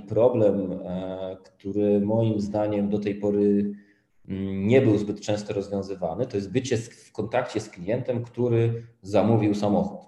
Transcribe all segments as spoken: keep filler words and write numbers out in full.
problem, który moim zdaniem do tej pory nie był zbyt często rozwiązywany, to jest bycie w kontakcie z klientem, który zamówił samochód.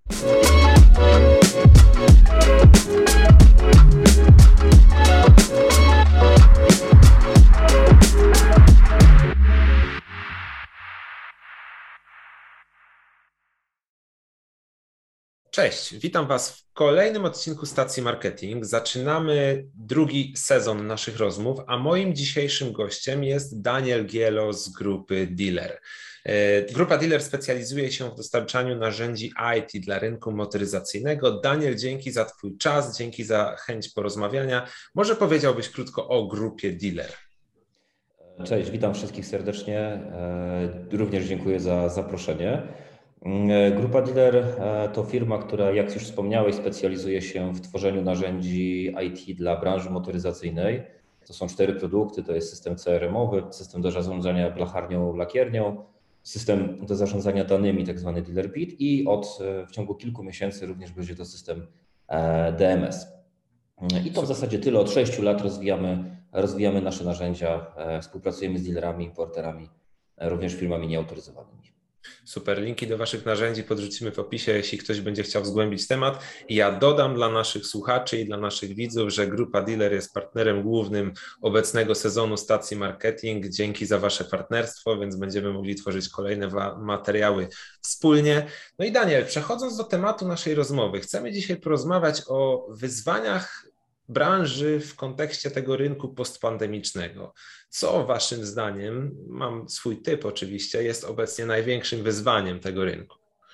Cześć, witam Was w kolejnym odcinku Stacji Marketing. Zaczynamy drugi sezon naszych rozmów, a moim dzisiejszym gościem jest Daniel Gielo z grupy Dealer. Grupa Dealer specjalizuje się w dostarczaniu narzędzi I T dla rynku motoryzacyjnego. Daniel, dzięki za Twój czas, dzięki za chęć porozmawiania. Może powiedziałbyś krótko o grupie Dealer? Cześć, witam wszystkich serdecznie. Również dziękuję za zaproszenie. Grupa Dealer to firma, która, jak już wspomniałeś, specjalizuje się w tworzeniu narzędzi I T dla branży motoryzacyjnej. To są cztery produkty, to jest system C R M-owy, system do zarządzania blacharnią, lakiernią, system do zarządzania danymi, tak zwany DealerBit i od w ciągu kilku miesięcy również będzie to system D M S. I to w zasadzie tyle. Od sześciu lat rozwijamy, rozwijamy nasze narzędzia, współpracujemy z dealerami, importerami, również firmami nieautoryzowanymi. Super, linki do Waszych narzędzi podrzucimy w opisie, jeśli ktoś będzie chciał zgłębić temat. I ja dodam dla naszych słuchaczy i dla naszych widzów, że Grupa Dealer jest partnerem głównym obecnego sezonu Stacji Marketing. Dzięki za Wasze partnerstwo, więc będziemy mogli tworzyć kolejne materiały wspólnie. No i Daniel, przechodząc do tematu naszej rozmowy, chcemy dzisiaj porozmawiać o wyzwaniach branży w kontekście tego rynku postpandemicznego. Co Waszym zdaniem, mam swój typ oczywiście, jest obecnie największym wyzwaniem tego rynku?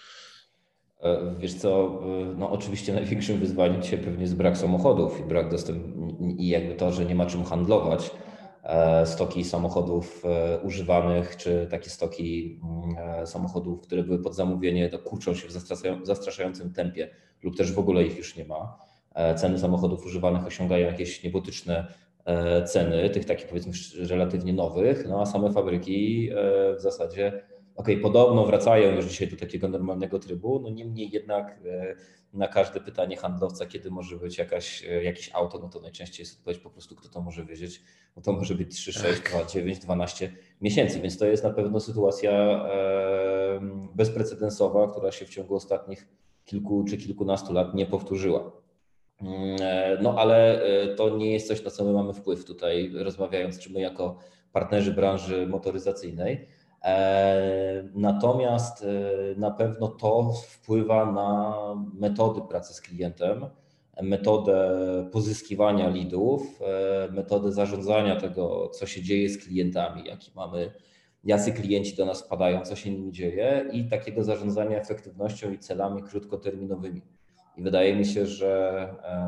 Wiesz co, no oczywiście największym wyzwaniem dzisiaj pewnie jest brak samochodów i brak dostępu i jakby to, że nie ma czym handlować. Stoki samochodów używanych, czy takie stoki samochodów, które były pod zamówienie, to kurczą się w zastraszającym tempie lub też w ogóle ich już nie ma. Ceny samochodów używanych osiągają jakieś niebotyczne ceny, tych takich powiedzmy relatywnie nowych, no a same fabryki w zasadzie okej, podobno wracają już dzisiaj do takiego normalnego trybu, no niemniej jednak na każde pytanie handlowca, kiedy może być jakaś, jakieś auto, no to najczęściej jest odpowiedź po prostu, kto to może wiedzieć, no to może być trzy, sześć, dwa, dziewięć, dwanaście miesięcy, więc to jest na pewno sytuacja bezprecedensowa, która się w ciągu ostatnich kilku czy kilkunastu lat nie powtórzyła. No ale to nie jest coś, na co my mamy wpływ tutaj, rozmawiając, czy my jako partnerzy branży motoryzacyjnej. Natomiast na pewno to wpływa na metody pracy z klientem, metodę pozyskiwania leadów, metodę zarządzania tego, co się dzieje z klientami, jaki mamy, jacy klienci do nas wpadają, co się nimi dzieje i takiego zarządzania efektywnością i celami krótkoterminowymi. I wydaje mi się, że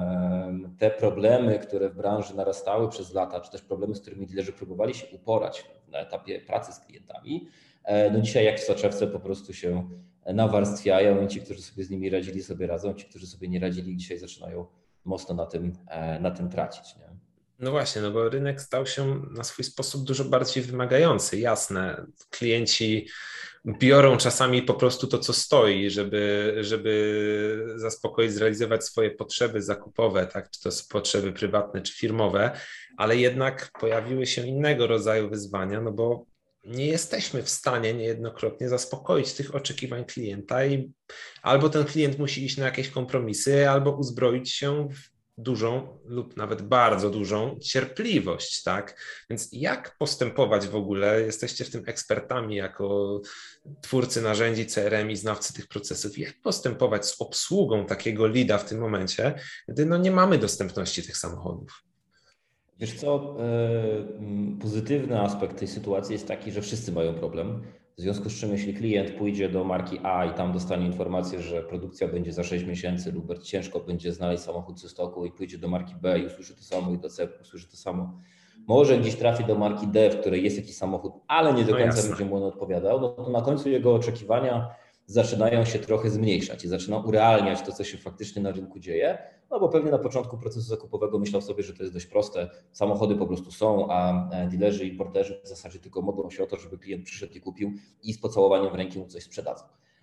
te problemy, które w branży narastały przez lata, czy też problemy, z którymi dealerzy próbowali się uporać na etapie pracy z klientami, no dzisiaj jak w soczewce po prostu się nawarstwiają i ci, którzy sobie z nimi radzili, sobie radzą, ci, którzy sobie nie radzili, dzisiaj zaczynają mocno na tym, na tym tracić. Nie? No właśnie, no bo rynek stał się na swój sposób dużo bardziej wymagający. Jasne, klienci biorą czasami po prostu to, co stoi, żeby, żeby zaspokoić, zrealizować swoje potrzeby zakupowe, tak? Czy to są potrzeby prywatne, czy firmowe, ale jednak pojawiły się innego rodzaju wyzwania, no bo nie jesteśmy w stanie niejednokrotnie zaspokoić tych oczekiwań klienta i albo ten klient musi iść na jakieś kompromisy, albo uzbroić się w dużą lub nawet bardzo dużą cierpliwość, tak? Więc jak postępować w ogóle? Jesteście w tym ekspertami jako twórcy narzędzi C R M i znawcy tych procesów. Jak postępować z obsługą takiego leada w tym momencie, gdy no nie mamy dostępności tych samochodów? Wiesz co, pozytywny aspekt tej sytuacji jest taki, że wszyscy mają problem. W związku z czym jeśli klient pójdzie do marki A i tam dostanie informację, że produkcja będzie za sześć miesięcy lub bardzo ciężko będzie znaleźć samochód ze stoku i pójdzie do marki B i usłyszy to samo i do C usłyszy to samo, może gdzieś trafi do marki D, w której jest jakiś samochód, ale nie do końca no będzie mu on odpowiadał, no to na końcu jego oczekiwania zaczynają się trochę zmniejszać i zaczyna urealniać to, co się faktycznie na rynku dzieje, no bo pewnie na początku procesu zakupowego myślał sobie, że to jest dość proste, samochody po prostu są, a dealerzy i importerzy w zasadzie tylko modlą się o to, żeby klient przyszedł i kupił i z pocałowaniem w ręki mu coś sprzedadzą.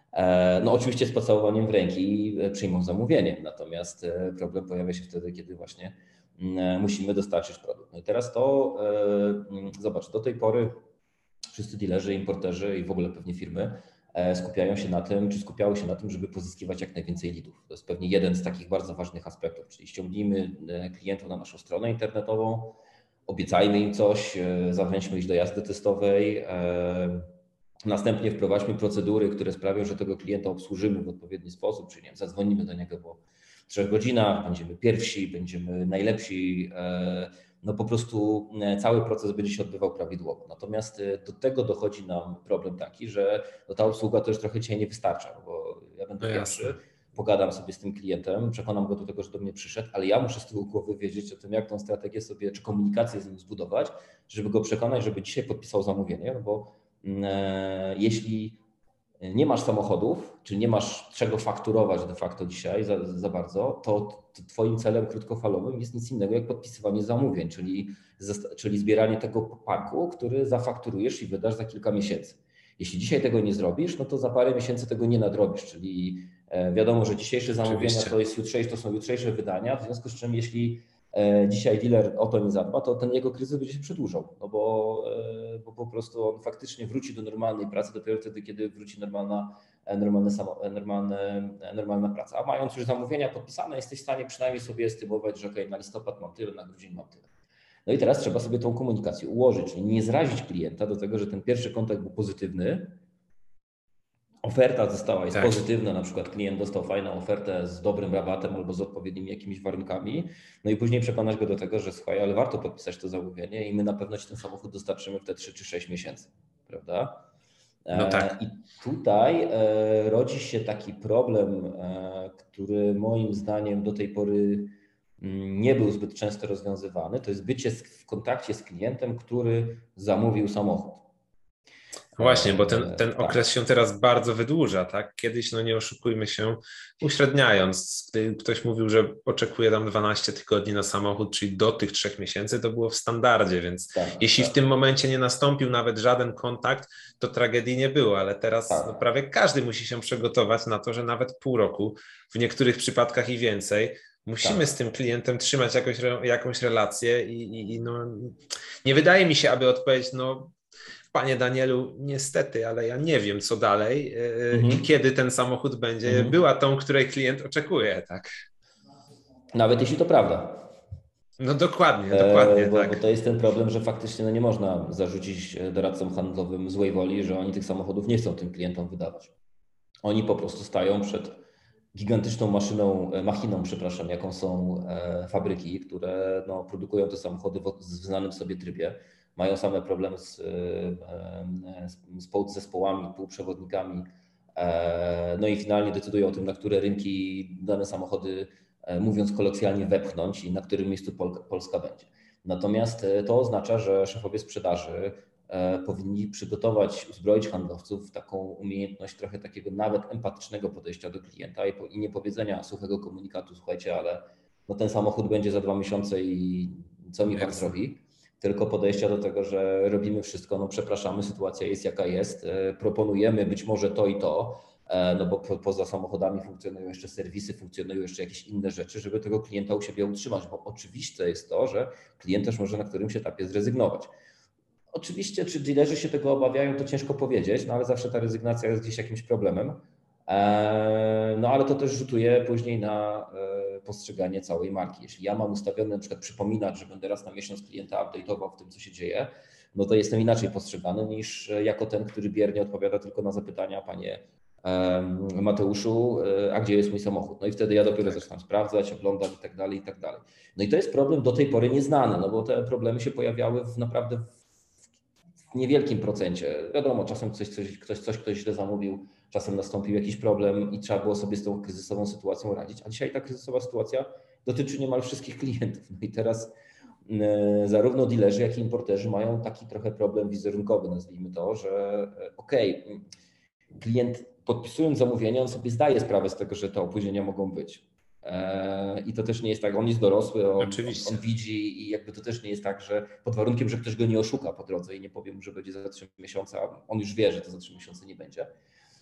No oczywiście z pocałowaniem w ręki przyjmą zamówienie, natomiast problem pojawia się wtedy, kiedy właśnie musimy dostarczyć produkt. No i teraz to, zobacz, do tej pory wszyscy dealerzy, importerzy i w ogóle pewnie firmy skupiają się na tym, czy skupiały się na tym, żeby pozyskiwać jak najwięcej leadów. To jest pewnie jeden z takich bardzo ważnych aspektów, czyli ściągnijmy klientów na naszą stronę internetową, obiecajmy im coś, zachęćmy ich do jazdy testowej, następnie wprowadźmy procedury, które sprawią, że tego klienta obsłużymy w odpowiedni sposób, czyli nie wiem, zadzwonimy do niego po trzech godzinach, będziemy pierwsi, będziemy najlepsi, no po prostu cały proces będzie się odbywał prawidłowo. Natomiast do tego dochodzi nam problem taki, że no ta obsługa to już trochę dzisiaj nie wystarcza, bo ja będę no pierwszy, jasne. pogadam sobie z tym klientem, przekonam go do tego, że do mnie przyszedł, ale ja muszę z tyłu głowy wiedzieć o tym, jak tą strategię sobie, czy komunikację z nim zbudować, żeby go przekonać, żeby dzisiaj podpisał zamówienie, no bo e, jeśli nie masz samochodów, czy nie masz czego fakturować de facto dzisiaj za, za bardzo, to, to twoim celem krótkofalowym jest nic innego jak podpisywanie zamówień, czyli, czyli zbieranie tego parku, który zafakturujesz i wydasz za kilka miesięcy. Jeśli dzisiaj tego nie zrobisz, no to za parę miesięcy tego nie nadrobisz, czyli wiadomo, że dzisiejsze zamówienia Oczywiście. to jest jutrzejsze, to są jutrzejsze wydania, w związku z czym jeśli dzisiaj dealer o to nie zadba, to ten jego kryzys będzie się przedłużał, no bo, bo po prostu on faktycznie wróci do normalnej pracy dopiero wtedy, kiedy wróci normalna, normalne samo, normalne, normalna praca. A mając już zamówienia podpisane, jesteś w stanie przynajmniej sobie estymować, że ok, na listopad mam tyle, na grudzień mam tyle. No i teraz trzeba sobie tą komunikację ułożyć, czyli nie zrazić klienta do tego, że ten pierwszy kontakt był pozytywny, oferta została, jest tak. pozytywna, na przykład klient dostał fajną ofertę z dobrym rabatem albo z odpowiednimi jakimiś warunkami, no i później przekonać go do tego, że słuchaj, ale warto podpisać to zamówienie i my na pewno ci ten samochód dostarczymy w te trzy czy sześć miesięcy, prawda? No tak. I tutaj rodzi się taki problem, który moim zdaniem do tej pory nie był zbyt często rozwiązywany, to jest bycie w kontakcie z klientem, który zamówił samochód. Właśnie, bo ten, ten okres się teraz bardzo wydłuża, tak? Kiedyś, no nie oszukujmy się, uśredniając, gdy ktoś mówił, że oczekuje tam dwanaście tygodni na samochód, czyli do tych trzech miesięcy, to było w standardzie, więc tak, jeśli tak. w tym momencie nie nastąpił nawet żaden kontakt, to tragedii nie było, ale teraz tak. no, prawie każdy musi się przygotować na to, że nawet pół roku, w niektórych przypadkach i więcej, musimy tak. z tym klientem trzymać jakąś, jakąś relację i, i, i no, nie wydaje mi się, aby odpowiedzieć, no Panie Danielu, niestety, ale ja nie wiem, co dalej mhm. i kiedy ten samochód będzie mhm. była tą, której klient oczekuje, tak? Nawet jeśli to prawda. No dokładnie, dokładnie. E, bo, tak. bo to jest ten problem, że faktycznie no nie można zarzucić doradcom handlowym złej woli, że oni tych samochodów nie chcą tym klientom wydawać. Oni po prostu stają przed gigantyczną maszyną, machiną, przepraszam, jaką są fabryki, które no, produkują te samochody w znanym sobie trybie. Mają same problemy z, z podzespołami, półprzewodnikami, no i finalnie decydują o tym, na które rynki dane samochody, mówiąc kolokwialnie, wepchnąć i na którym miejscu Polska będzie. Natomiast to oznacza, że szefowie sprzedaży powinni przygotować, uzbroić handlowców w taką umiejętność trochę takiego nawet empatycznego podejścia do klienta i nie powiedzenia suchego komunikatu, słuchajcie, ale no ten samochód będzie za dwa miesiące i co mi pan zrobi? Tylko podejścia do tego, że robimy wszystko, no przepraszamy, sytuacja jest jaka jest, proponujemy być może to i to, no bo po, poza samochodami funkcjonują jeszcze serwisy, funkcjonują jeszcze jakieś inne rzeczy, żeby tego klienta u siebie utrzymać, bo oczywiste jest to, że klient też może na którymś etapie zrezygnować. Oczywiście, czy dealerzy się tego obawiają, to ciężko powiedzieć, no ale zawsze ta rezygnacja jest gdzieś jakimś problemem. No ale to też rzutuje później na postrzeganie całej marki. Jeśli ja mam ustawione na przykład przypominać, że będę raz na miesiąc klienta update'ował w tym, co się dzieje, no to jestem inaczej postrzegany niż jako ten, który biernie odpowiada tylko na zapytania, panie Mateuszu, a gdzie jest mój samochód? No i wtedy ja dopiero zaczynam sprawdzać, oglądam i tak dalej, i tak dalej. No i to jest problem do tej pory nieznany, no bo te problemy się pojawiały w naprawdę w niewielkim procencie. Wiadomo, czasem coś, coś, ktoś coś ktoś źle zamówił, czasem nastąpił jakiś problem i trzeba było sobie z tą kryzysową sytuacją radzić, a dzisiaj ta kryzysowa sytuacja dotyczy niemal wszystkich klientów. No i teraz y, zarówno dealerzy, jak i importerzy mają taki trochę problem wizerunkowy, nazwijmy to, że okej, okay, klient podpisując zamówienie, on sobie zdaje sprawę z tego, że te opóźnienia mogą być. I to też nie jest tak, on jest dorosły, on, on, on widzi i jakby to też nie jest tak, że pod warunkiem, że ktoś go nie oszuka po drodze i nie powie mu, że będzie za trzy miesiące, a on już wie, że to za trzy miesiące nie będzie.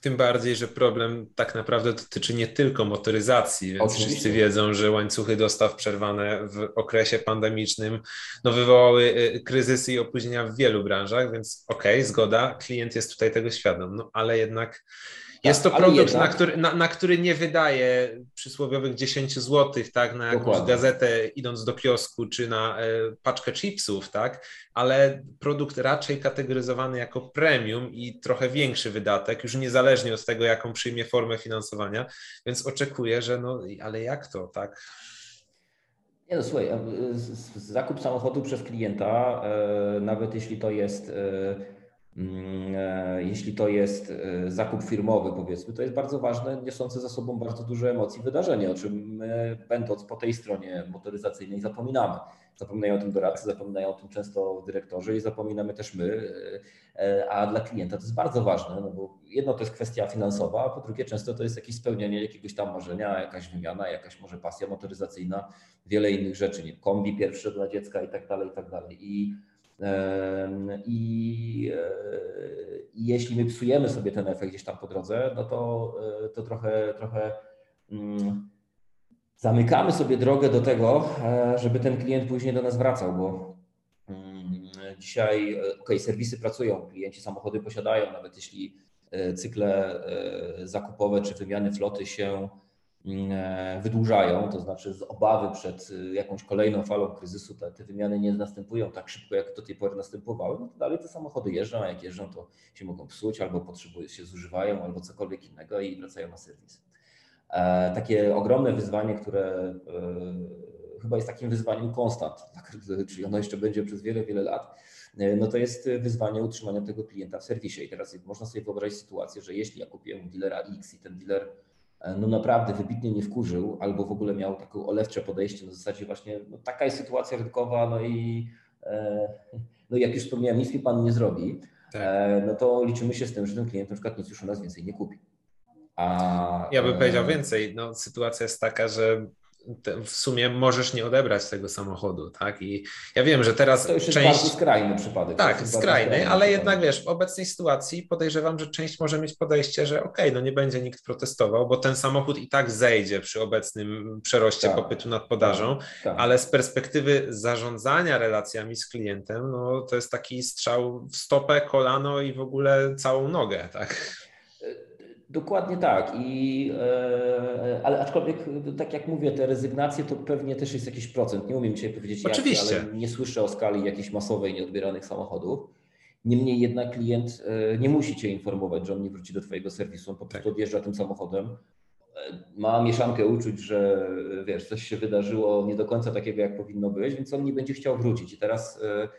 Tym bardziej, że problem tak naprawdę dotyczy nie tylko motoryzacji, więc Oczywiście. wszyscy wiedzą, że łańcuchy dostaw przerwane w okresie pandemicznym no, wywołały kryzysy i opóźnienia w wielu branżach, więc okej, okay, zgoda, klient jest tutaj tego świadom, no ale jednak jest Tak, to ale produkt, jednak... na, który, na, na który nie wydaje przysłowiowych dziesięć złotych, tak, na jakąś Dokładnie. gazetę idąc do kiosku, czy na e, paczkę chipsów, tak, ale produkt raczej kategoryzowany jako premium i trochę większy wydatek, już niezależnie od tego, jaką przyjmie formę finansowania, więc oczekuję, że no, ale jak to, tak? Nie no, słuchaj, zakup samochodu przez klienta, nawet jeśli to jest jeśli to jest zakup firmowy, powiedzmy, to jest bardzo ważne, niosące za sobą bardzo dużo emocji wydarzenie, o czym my, będąc po tej stronie motoryzacyjnej, zapominamy. Zapominają o tym doradcy, zapominają o tym często dyrektorzy i zapominamy też my, a dla klienta to jest bardzo ważne, no bo jedno to jest kwestia finansowa, a po drugie często to jest jakieś spełnienie jakiegoś tam marzenia, jakaś wymiana, jakaś może pasja motoryzacyjna, wiele innych rzeczy, nie? Kombi pierwsze dla dziecka i tak dalej, i tak dalej. I I, I jeśli my psujemy sobie ten efekt gdzieś tam po drodze, no to, to trochę, trochę mm, zamykamy sobie drogę do tego, żeby ten klient później do nas wracał, bo mm, dzisiaj ok, serwisy pracują, klienci samochody posiadają, nawet jeśli cykle zakupowe czy wymiany floty się wydłużają, to znaczy z obawy przed jakąś kolejną falą kryzysu te, te wymiany nie następują tak szybko, jak do tej pory następowały, no to dalej te samochody jeżdżą, a jak jeżdżą, to się mogą psuć, albo potrzebują, się zużywają, albo cokolwiek innego i wracają na serwis. E, takie ogromne wyzwanie, które e, chyba jest takim wyzwaniem konstant, czyli ono jeszcze będzie przez wiele, wiele lat, no to jest wyzwanie utrzymania tego klienta w serwisie. I teraz można sobie wyobrazić sytuację, że jeśli ja kupiłem dealera X i ten dealer no naprawdę wybitnie nie wkurzył, albo w ogóle miał takie olewcze podejście na zasadzie właśnie, no taka jest sytuacja rynkowa, no i e, no jak już wspomniałem, nic mi pan nie zrobi, tak. e, no to liczymy się z tym, że ten klient na przykład nic już u nas więcej nie kupi. A, ja bym powiedział więcej, no sytuacja jest taka, że w sumie możesz nie odebrać tego samochodu, tak? I ja wiem, że teraz to już jest część... bardzo skrajny przypadek. Tak, skrajny, ale jednak wiesz, w obecnej sytuacji podejrzewam, że część może mieć podejście, że okej, okay, no nie będzie nikt protestował, bo ten samochód i tak zejdzie przy obecnym przeroście tak, popytu nad podażą, tak, tak. Ale z perspektywy zarządzania relacjami z klientem, no to jest taki strzał w stopę, kolano i w ogóle całą nogę, tak? Dokładnie tak, I, ale aczkolwiek tak jak mówię, te rezygnacje to pewnie też jest jakiś procent, nie umiem dzisiaj powiedzieć Oczywiście. jaki, ale nie słyszę o skali jakiejś masowej nieodbieranych samochodów. Niemniej jednak klient nie musi Cię informować, że on nie wróci do Twojego serwisu, on po prostu odjeżdża tym samochodem, ma mieszankę uczuć, że wiesz, coś się wydarzyło nie do końca takiego jak powinno być, więc on nie będzie chciał wrócić i teraz...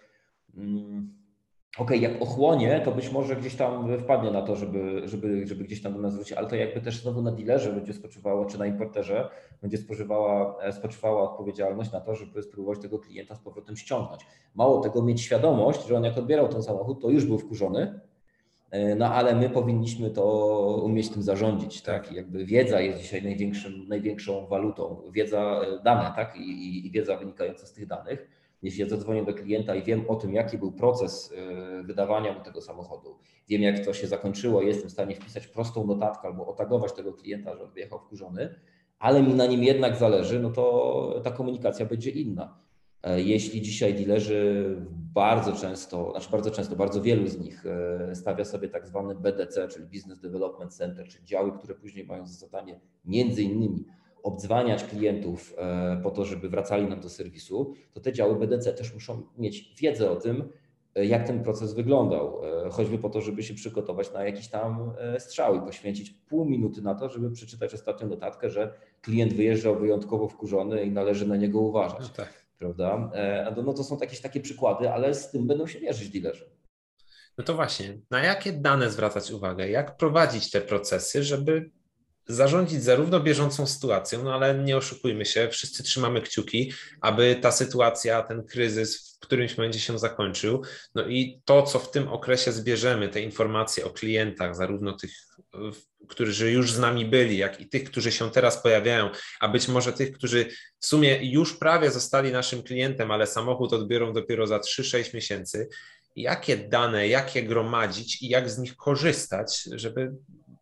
Hmm, Okej, okay, jak ochłonie, to być może gdzieś tam wpadnie na to, żeby, żeby, żeby gdzieś tam do nas wrócić, ale to jakby też znowu na dealerze będzie spoczywało, czy na importerze będzie spoczywała, spoczywała odpowiedzialność na to, żeby spróbować tego klienta z powrotem ściągnąć. Mało tego, mieć świadomość, że on jak odbierał ten samochód, to już był wkurzony, no ale my powinniśmy to umieć tym zarządzić, tak? I jakby wiedza jest dzisiaj największym, największą walutą, wiedza, dane, tak? I, i wiedza wynikająca z tych danych. Jeśli ja zadzwonię do klienta i wiem o tym, jaki był proces wydawania mu tego samochodu, wiem jak to się zakończyło, jestem w stanie wpisać prostą notatkę albo otagować tego klienta, że odjechał wkurzony, ale mi na nim jednak zależy, no to ta komunikacja będzie inna. Jeśli dzisiaj dealerzy bardzo często, znaczy bardzo często, bardzo wielu z nich stawia sobie tak zwany B D C, czyli Business Development Center, czyli działy, które później mają za zadanie między innymi obdzwaniać klientów po to, żeby wracali nam do serwisu, to te działy B D C też muszą mieć wiedzę o tym, jak ten proces wyglądał, choćby po to, żeby się przygotować na jakiś tam strzał i poświęcić pół minuty na to, żeby przeczytać ostatnią notatkę, że klient wyjeżdżał wyjątkowo wkurzony i należy na niego uważać. No tak. Prawda? No to są jakieś takie przykłady, ale z tym będą się mierzyć dealerzy. No to właśnie, na jakie dane zwracać uwagę? Jak prowadzić te procesy, żeby zarządzić zarówno bieżącą sytuacją, no ale nie oszukujmy się, wszyscy trzymamy kciuki, aby ta sytuacja, ten kryzys w którymś momencie się zakończył. No i to, co w tym okresie zbierzemy, te informacje o klientach, zarówno tych, którzy już z nami byli, jak i tych, którzy się teraz pojawiają, a być może tych, którzy w sumie już prawie zostali naszym klientem, ale samochód odbiorą dopiero za trzy sześć miesięcy. Jakie dane, jak je gromadzić i jak z nich korzystać, żeby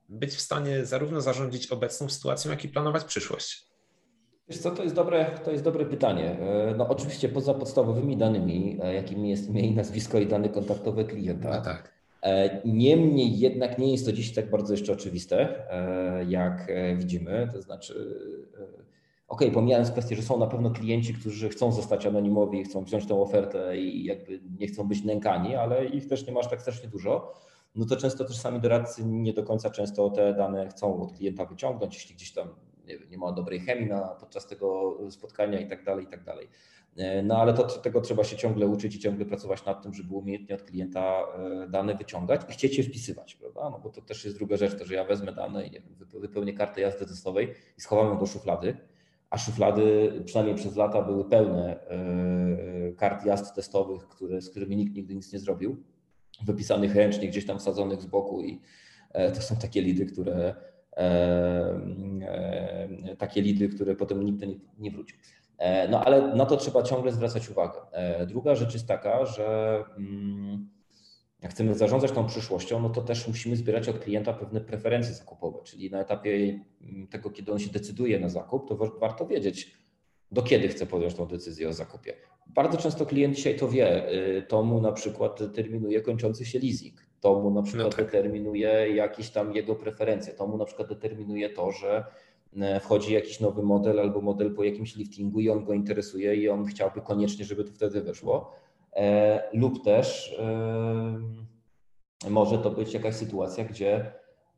być w stanie zarówno zarządzić obecną sytuacją, jak i planować przyszłość? Wiesz co, to jest dobre, to jest dobre pytanie. No oczywiście poza podstawowymi danymi, jakimi jest imię i nazwisko i dane kontaktowe klienta. No tak. Niemniej jednak nie jest to dziś tak bardzo jeszcze oczywiste, jak widzimy. To znaczy, okej, okay, pomijając kwestię, że są na pewno klienci, którzy chcą zostać anonimowi, chcą wziąć tę ofertę i jakby nie chcą być nękani, ale ich też nie masz tak strasznie dużo. No to często też sami doradcy nie do końca często te dane chcą od klienta wyciągnąć, jeśli gdzieś tam nie, wiem, nie ma dobrej chemii na, podczas tego spotkania i tak dalej, i tak dalej. No ale to, tego trzeba się ciągle uczyć i ciągle pracować nad tym, żeby umiejętnie od klienta dane wyciągać i chcieć je wpisywać, prawda? No bo to też jest druga rzecz, to, że ja wezmę dane i nie wiem, wypełnię kartę jazdy testowej i schowam ją do szuflady, a szuflady przynajmniej przez lata były pełne kart jazd testowych, które, z którymi nikt nigdy nic nie zrobił, wypisanych ręcznie, gdzieś tam wsadzonych z boku i to są takie lidy, które takie lidy, które potem nikt nie, nie wrócił. No ale na to trzeba ciągle zwracać uwagę. Druga rzecz jest taka, że jak chcemy zarządzać tą przyszłością, no to też musimy zbierać od klienta pewne preferencje zakupowe, czyli na etapie tego, kiedy on się decyduje na zakup, to warto wiedzieć, do kiedy chce podjąć tą decyzję o zakupie. Bardzo często klient dzisiaj to wie, to mu na przykład determinuje kończący się leasing, to mu na przykład no tak. determinuje jakieś tam jego preferencje, to mu na przykład determinuje to, że wchodzi jakiś nowy model albo model po jakimś liftingu i on go interesuje i on chciałby koniecznie, żeby to wtedy weszło. E, lub też e, może to być jakaś sytuacja, gdzie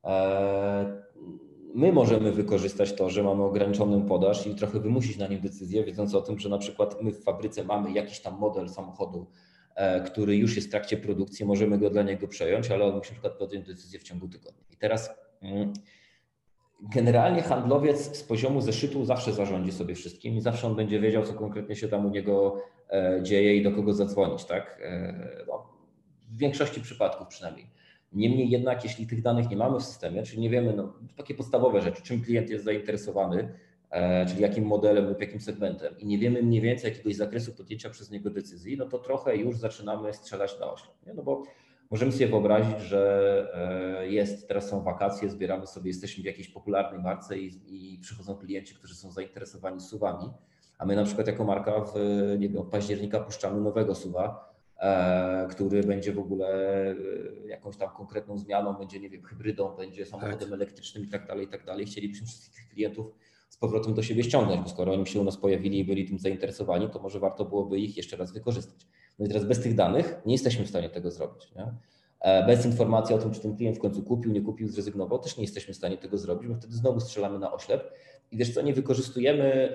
e, my możemy wykorzystać to, że mamy ograniczoną podaż i trochę wymusić na nim decyzję, wiedząc o tym, że na przykład my w fabryce mamy jakiś tam model samochodu, e, który już jest w trakcie produkcji, możemy go dla niego przejąć, ale on musi na przykład podjąć decyzję w ciągu tygodnia. I teraz mm, generalnie handlowiec z poziomu zeszytu zawsze zarządzi sobie wszystkim i zawsze on będzie wiedział, co konkretnie się tam u niego dzieje i do kogo zadzwonić, tak? No, w większości przypadków przynajmniej. Niemniej jednak, jeśli tych danych nie mamy w systemie, czyli nie wiemy, no, takie podstawowe rzeczy, czym klient jest zainteresowany, czyli jakim modelem lub jakim segmentem i nie wiemy mniej więcej jakiegoś zakresu podjęcia przez niego decyzji, no to trochę już zaczynamy strzelać na oślep. Nie? No bo możemy sobie wyobrazić, że jest, teraz są wakacje, zbieramy sobie, jesteśmy w jakiejś popularnej marce i, i przychodzą klienci, którzy są zainteresowani suwami, a my na przykład jako marka w, nie wiem, od października puszczamy nowego suwa, e, który będzie w ogóle jakąś tam konkretną zmianą, będzie, nie wiem, hybrydą, będzie samochodem tak. elektrycznym i tak dalej, i tak dalej. Chcielibyśmy wszystkich tych klientów z powrotem do siebie ściągnąć, bo skoro oni się u nas pojawili i byli tym zainteresowani, to może warto byłoby ich jeszcze raz wykorzystać. No i teraz bez tych danych nie jesteśmy w stanie tego zrobić. Nie? Bez informacji o tym, czy ten klient w końcu kupił, nie kupił, zrezygnował, też nie jesteśmy w stanie tego zrobić, bo wtedy znowu strzelamy na oślep i wiesz co, nie wykorzystujemy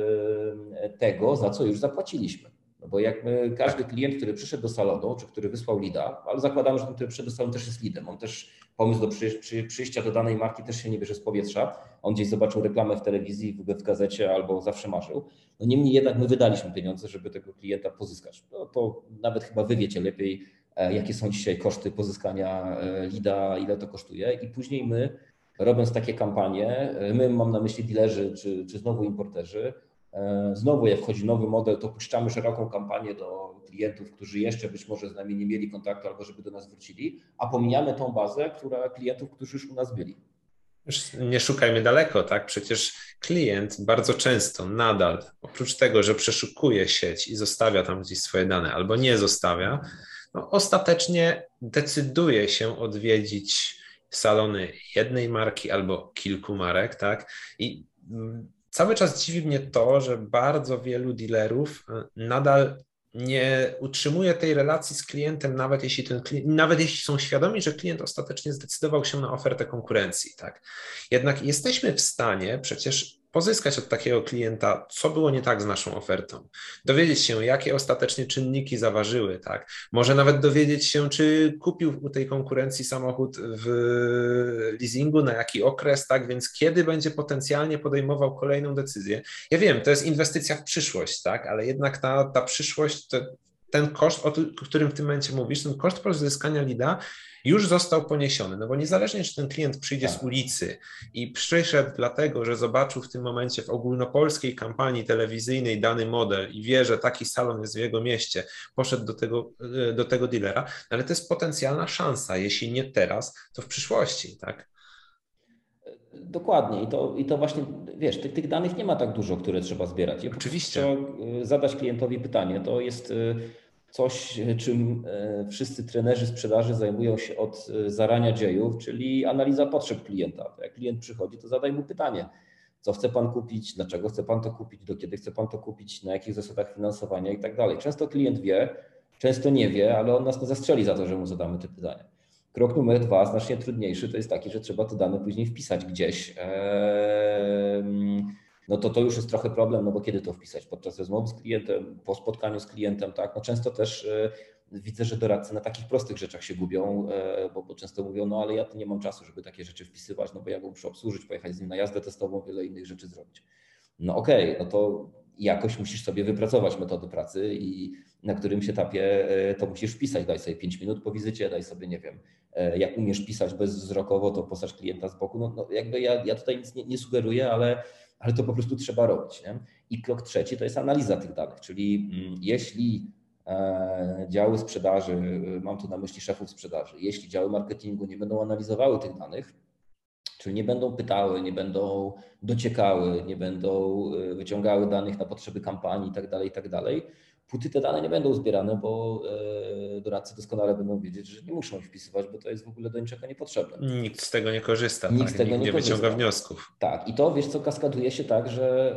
tego, za co już zapłaciliśmy. No bo jak my, każdy klient, który przyszedł do salonu, czy który wysłał leada, ale zakładamy, że ten, który przyszedł do salonu, też jest leadem, on też pomysł do przy, przy, przyjścia do danej marki też się nie bierze z powietrza, on gdzieś zobaczył reklamę w telewizji, w, w gazecie albo zawsze marzył. No niemniej jednak my wydaliśmy pieniądze, żeby tego klienta pozyskać. No to nawet chyba wy wiecie lepiej, jakie są dzisiaj koszty pozyskania leada, ile to kosztuje i później my, robiąc takie kampanie, my mam na myśli dealerzy czy, czy znowu importerzy, znowu jak wchodzi nowy model, to puszczamy szeroką kampanię do klientów, którzy jeszcze być może z nami nie mieli kontaktu albo żeby do nas wrócili, a pomijamy tą bazę, która klientów, którzy już u nas byli. Już nie szukajmy daleko, tak? Przecież klient bardzo często nadal, oprócz tego, że przeszukuje sieć i zostawia tam gdzieś swoje dane albo nie zostawia, no, ostatecznie decyduje się odwiedzić salony jednej marki albo kilku marek, tak? I cały czas dziwi mnie to, że bardzo wielu dealerów nadal nie utrzymuje tej relacji z klientem, nawet jeśli, ten klient, nawet jeśli są świadomi, że klient ostatecznie zdecydował się na ofertę konkurencji. Tak? Jednak jesteśmy w stanie przecież pozyskać od takiego klienta, co było nie tak z naszą ofertą, dowiedzieć się, jakie ostatecznie czynniki zaważyły, tak? Może nawet dowiedzieć się, czy kupił u tej konkurencji samochód w leasingu, na jaki okres, tak? Więc kiedy będzie potencjalnie podejmował kolejną decyzję. Ja wiem, to jest inwestycja w przyszłość, tak? Ale jednak ta, ta przyszłość, to, ten koszt, o którym w tym momencie mówisz, ten koszt pozyskania leada już został poniesiony, no bo niezależnie, czy ten klient przyjdzie z ulicy i przyszedł dlatego, że zobaczył w tym momencie w ogólnopolskiej kampanii telewizyjnej dany model i wie, że taki salon jest w jego mieście, poszedł do tego, do tego dealera, ale to jest potencjalna szansa, jeśli nie teraz, to w przyszłości, tak? Dokładnie i to, i to właśnie, wiesz, tych, tych danych nie ma tak dużo, które trzeba zbierać. I Oczywiście. trzeba zadać klientowi pytanie. To jest coś, czym wszyscy trenerzy sprzedaży zajmują się od zarania dziejów, czyli analiza potrzeb klienta. Jak klient przychodzi, to zadaj mu pytanie. Co chce Pan kupić, dlaczego chce Pan to kupić, do kiedy chce Pan to kupić, na jakich zasadach finansowania i tak dalej. Często klient wie, często nie wie, ale on nas nie zastrzeli za to, że mu zadamy te pytania. Krok numer dwa, znacznie trudniejszy, to jest taki, że trzeba te dane później wpisać gdzieś. No to to już jest trochę problem, no bo kiedy to wpisać? Podczas rozmowy z klientem, po spotkaniu z klientem, tak? No często też widzę, że doradcy na takich prostych rzeczach się gubią, bo, bo często mówią, no ale ja tu nie mam czasu, żeby takie rzeczy wpisywać, no bo ja go muszę obsłużyć, pojechać z nim na jazdę testową, wiele innych rzeczy zrobić. No okej, okay, no to jakoś musisz sobie wypracować metody pracy i na którymś etapie to musisz wpisać. Daj sobie pięć minut po wizycie, daj sobie, nie wiem, jak umiesz pisać bezwzrokowo, to posadź klienta z boku. No, no jakby ja, ja tutaj nic nie, nie sugeruję, ale, ale to po prostu trzeba robić. Nie? I krok trzeci to jest analiza tych danych, czyli mm, jeśli e, działy sprzedaży, mam tu na myśli szefów sprzedaży, jeśli działy marketingu nie będą analizowały tych danych, czyli nie będą pytały, nie będą dociekały, nie będą wyciągały danych na potrzeby kampanii itd., itd., póty te dane nie będą zbierane, bo doradcy doskonale będą wiedzieć, że nie muszą ich wpisywać, bo to jest w ogóle do niczego niepotrzebne. Nikt z tego nie korzysta, Nikt tak? z tego Nikt nie, nie korzysta. wyciąga wniosków. Tak, i to, wiesz co, kaskaduje się tak, że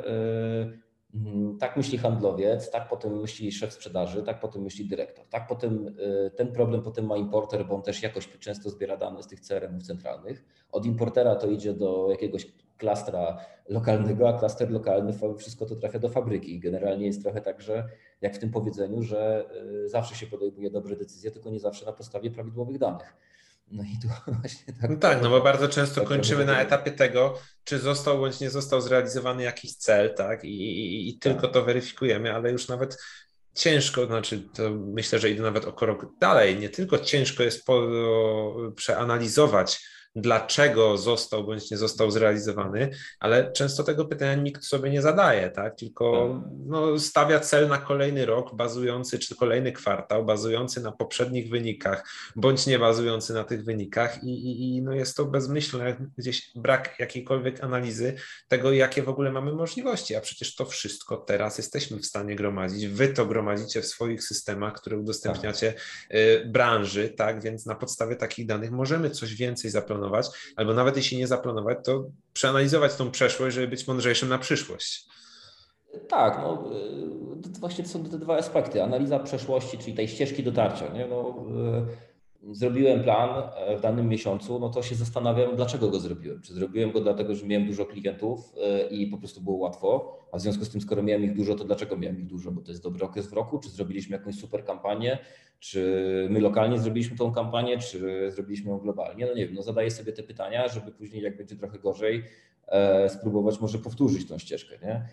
yy, tak myśli handlowiec, tak potem myśli szef sprzedaży, tak potem myśli dyrektor, tak potem yy, ten problem potem ma importer, bo on też jakoś często zbiera dane z tych C R M-ów centralnych. Od importera to idzie do jakiegoś klastra lokalnego, a klaster lokalny, wszystko to trafia do fabryki. I generalnie jest trochę tak, że jak w tym powiedzeniu, że zawsze się podejmuje dobre decyzje, tylko nie zawsze na podstawie prawidłowych danych. No i tu właśnie tak. No tak, no bo bardzo często tak kończymy na etapie tego, czy został bądź nie został zrealizowany jakiś cel, tak? I, i, i tylko tak. to weryfikujemy, ale już nawet ciężko, znaczy to myślę, że idę nawet o krok dalej, nie tylko ciężko jest po, przeanalizować, dlaczego został bądź nie został zrealizowany, ale często tego pytania nikt sobie nie zadaje, tak? Tylko no, stawia cel na kolejny rok bazujący, czy kolejny kwartał bazujący na poprzednich wynikach, bądź nie bazujący na tych wynikach i, i, i no jest to bezmyślne, gdzieś brak jakiejkolwiek analizy tego, jakie w ogóle mamy możliwości, a przecież to wszystko teraz jesteśmy w stanie gromadzić. Wy to gromadzicie w swoich systemach, które udostępniacie tak. branży, tak? Więc na podstawie takich danych możemy coś więcej zaplanować, albo nawet jeśli nie zaplanować, to przeanalizować tą przeszłość, żeby być mądrzejszym na przyszłość. Tak, no właśnie to są te dwa aspekty. Analiza przeszłości, czyli tej ścieżki dotarcia. Nie? No, zrobiłem plan w danym miesiącu, no to się zastanawiam, dlaczego go zrobiłem. Czy zrobiłem go dlatego, że miałem dużo klientów i po prostu było łatwo, a w związku z tym, skoro miałem ich dużo, to dlaczego miałem ich dużo? Bo to jest dobry okres w roku, czy zrobiliśmy jakąś super kampanię, czy my lokalnie zrobiliśmy tą kampanię, czy zrobiliśmy ją globalnie? No nie wiem, no zadaję sobie te pytania, żeby później, jak będzie trochę gorzej, spróbować może powtórzyć tą ścieżkę, nie?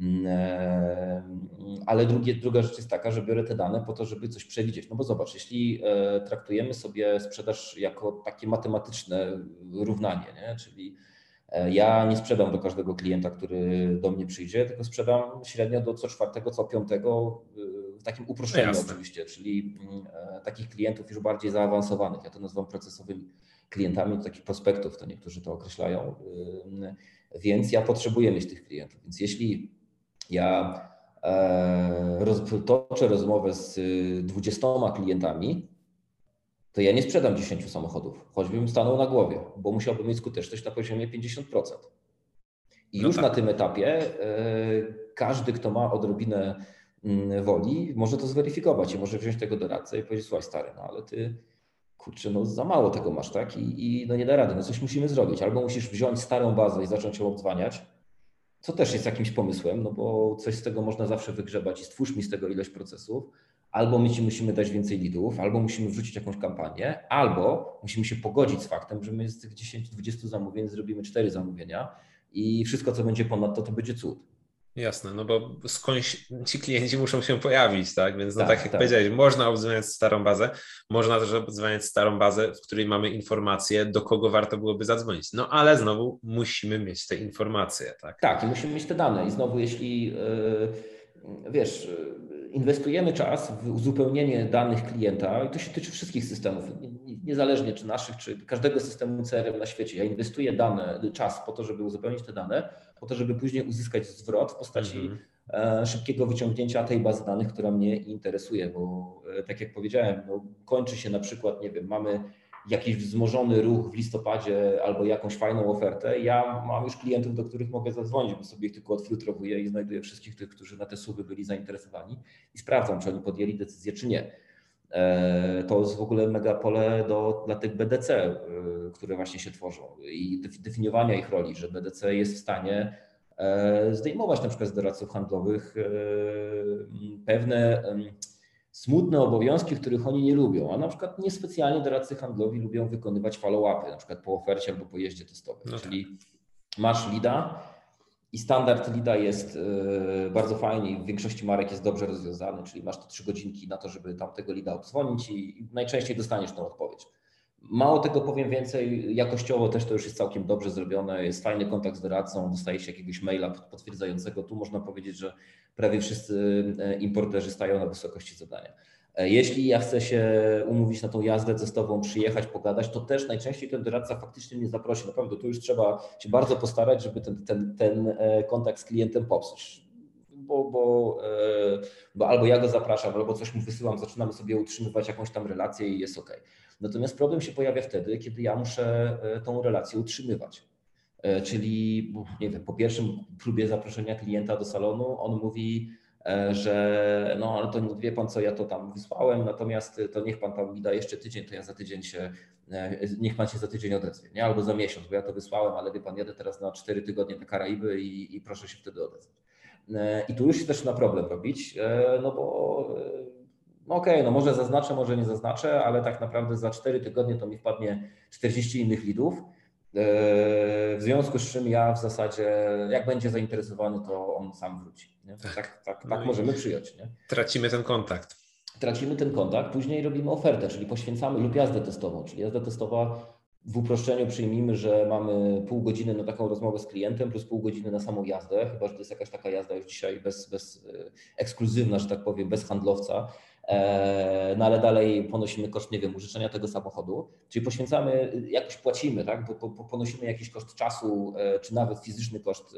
Ale drugie, druga rzecz jest taka, że biorę te dane po to, żeby coś przewidzieć. No bo zobacz, jeśli traktujemy sobie sprzedaż jako takie matematyczne równanie, nie? Czyli ja nie sprzedam do każdego klienta, który do mnie przyjdzie, tylko sprzedam średnio do co czwartego, co piątego, w takim uproszczeniu no oczywiście, czyli takich klientów już bardziej zaawansowanych. Ja to nazywam procesowymi klientami, takich prospektów, to niektórzy to określają. Więc ja potrzebuję mieć tych klientów. Więc jeśli ja roz, toczę rozmowę z dwudziestoma klientami, to ja nie sprzedam dziesięciu samochodów, choćbym stanął na głowie, bo musiałbym mieć skuteczność na poziomie pięćdziesiąt procent. I no już tak. Na tym etapie każdy, kto ma odrobinę woli, może to zweryfikować i może wziąć tego doradcę i powiedzieć: słuchaj stary, no ale ty, kurczę, no za mało tego masz, tak? I, i no nie da rady, no coś musimy zrobić. Albo musisz wziąć starą bazę i zacząć ją obdzwaniać, co też jest jakimś pomysłem, no bo coś z tego można zawsze wygrzebać i stwórz mi z tego ilość procesów, albo my ci musimy dać więcej leadów, albo musimy wrzucić jakąś kampanię, albo musimy się pogodzić z faktem, że my z tych dziesięciu dwudziestu zamówień zrobimy cztery zamówienia i wszystko, co będzie ponadto, to będzie cud. Jasne, no bo skądś ci klienci muszą się pojawić, tak? Więc no tak, tak jak tak. powiedziałeś, można obdzwaniać starą bazę, można też obdzwaniać starą bazę, w której mamy informacje, do kogo warto byłoby zadzwonić. No ale znowu musimy mieć te informacje, tak? Tak, i musimy mieć te dane. I znowu, jeśli yy, wiesz, inwestujemy czas w uzupełnienie danych klienta i to się tyczy wszystkich systemów, niezależnie czy naszych, czy każdego systemu C R M na świecie. Ja inwestuję dane, czas po to, żeby uzupełnić te dane, po to, żeby później uzyskać zwrot w postaci mhm. szybkiego wyciągnięcia tej bazy danych, która mnie interesuje, bo tak jak powiedziałem, no, kończy się na przykład, nie wiem, mamy jakiś wzmożony ruch w listopadzie albo jakąś fajną ofertę, ja mam już klientów, do których mogę zadzwonić, bo sobie ich tylko odfiltrowuję i znajduję wszystkich tych, którzy na te suby byli zainteresowani i sprawdzam, czy oni podjęli decyzję, czy nie. To jest w ogóle mega pole do, dla tych B D C, które właśnie się tworzą i definiowania ich roli, że B D C jest w stanie zdejmować na przykład z doradców handlowych pewne smutne obowiązki, których oni nie lubią, a na przykład niespecjalnie doradcy handlowi lubią wykonywać follow-upy, na przykład po ofercie albo po jeździe testowym. No Czyli tak. masz leada i standard leada jest bardzo fajnie i w większości marek jest dobrze rozwiązany, czyli masz te trzy godzinki na to, żeby tamtego leada obdzwonić i najczęściej dostaniesz tą odpowiedź. Mało tego, powiem więcej, jakościowo też to już jest całkiem dobrze zrobione, jest fajny kontakt z doradcą, dostaje się jakiegoś maila potwierdzającego. Tu można powiedzieć, że prawie wszyscy importerzy stają na wysokości zadania. Jeśli ja chcę się umówić na tą jazdę testową, przyjechać, pogadać, to też najczęściej ten doradca faktycznie mnie zaprosi. Naprawdę tu już trzeba się bardzo postarać, żeby ten, ten, ten kontakt z klientem popsuć. Bo, bo, bo albo ja go zapraszam, albo coś mu wysyłam, zaczynamy sobie utrzymywać jakąś tam relację i jest ok. Natomiast problem się pojawia wtedy, kiedy ja muszę tą relację utrzymywać. Czyli, nie wiem, po pierwszym próbie zaproszenia klienta do salonu, on mówi, że no ale to wie pan co, ja to tam wysłałem, natomiast to niech pan tam mi da jeszcze tydzień, to ja za tydzień się, niech pan się za tydzień odezwie, nie? Albo za miesiąc, bo ja to wysłałem, ale wie pan, jadę teraz na cztery tygodnie na Karaiby i, i proszę się wtedy odezwać. I tu już się zaczyna problem robić, no bo no okej, okay, no może zaznaczę, może nie zaznaczę, ale tak naprawdę za cztery tygodnie to mi wpadnie czterdzieści innych lidów, w związku z czym ja w zasadzie, jak będzie zainteresowany, to on sam wróci. Nie? Tak, tak, tak, no tak możemy przyjąć. Nie? Tracimy ten kontakt. Tracimy ten kontakt, później robimy ofertę, czyli poświęcamy lub jazdę testową, czyli jazda testowa w uproszczeniu przyjmijmy, że mamy pół godziny na taką rozmowę z klientem plus pół godziny na samą jazdę, chyba że to jest jakaś taka jazda już dzisiaj bez, bez ekskluzywna, że tak powiem, bez handlowca, no ale dalej ponosimy koszt, nie wiem, użyczenia tego samochodu, czyli poświęcamy, jakoś płacimy, tak, bo ponosimy jakiś koszt czasu, czy nawet fizyczny koszt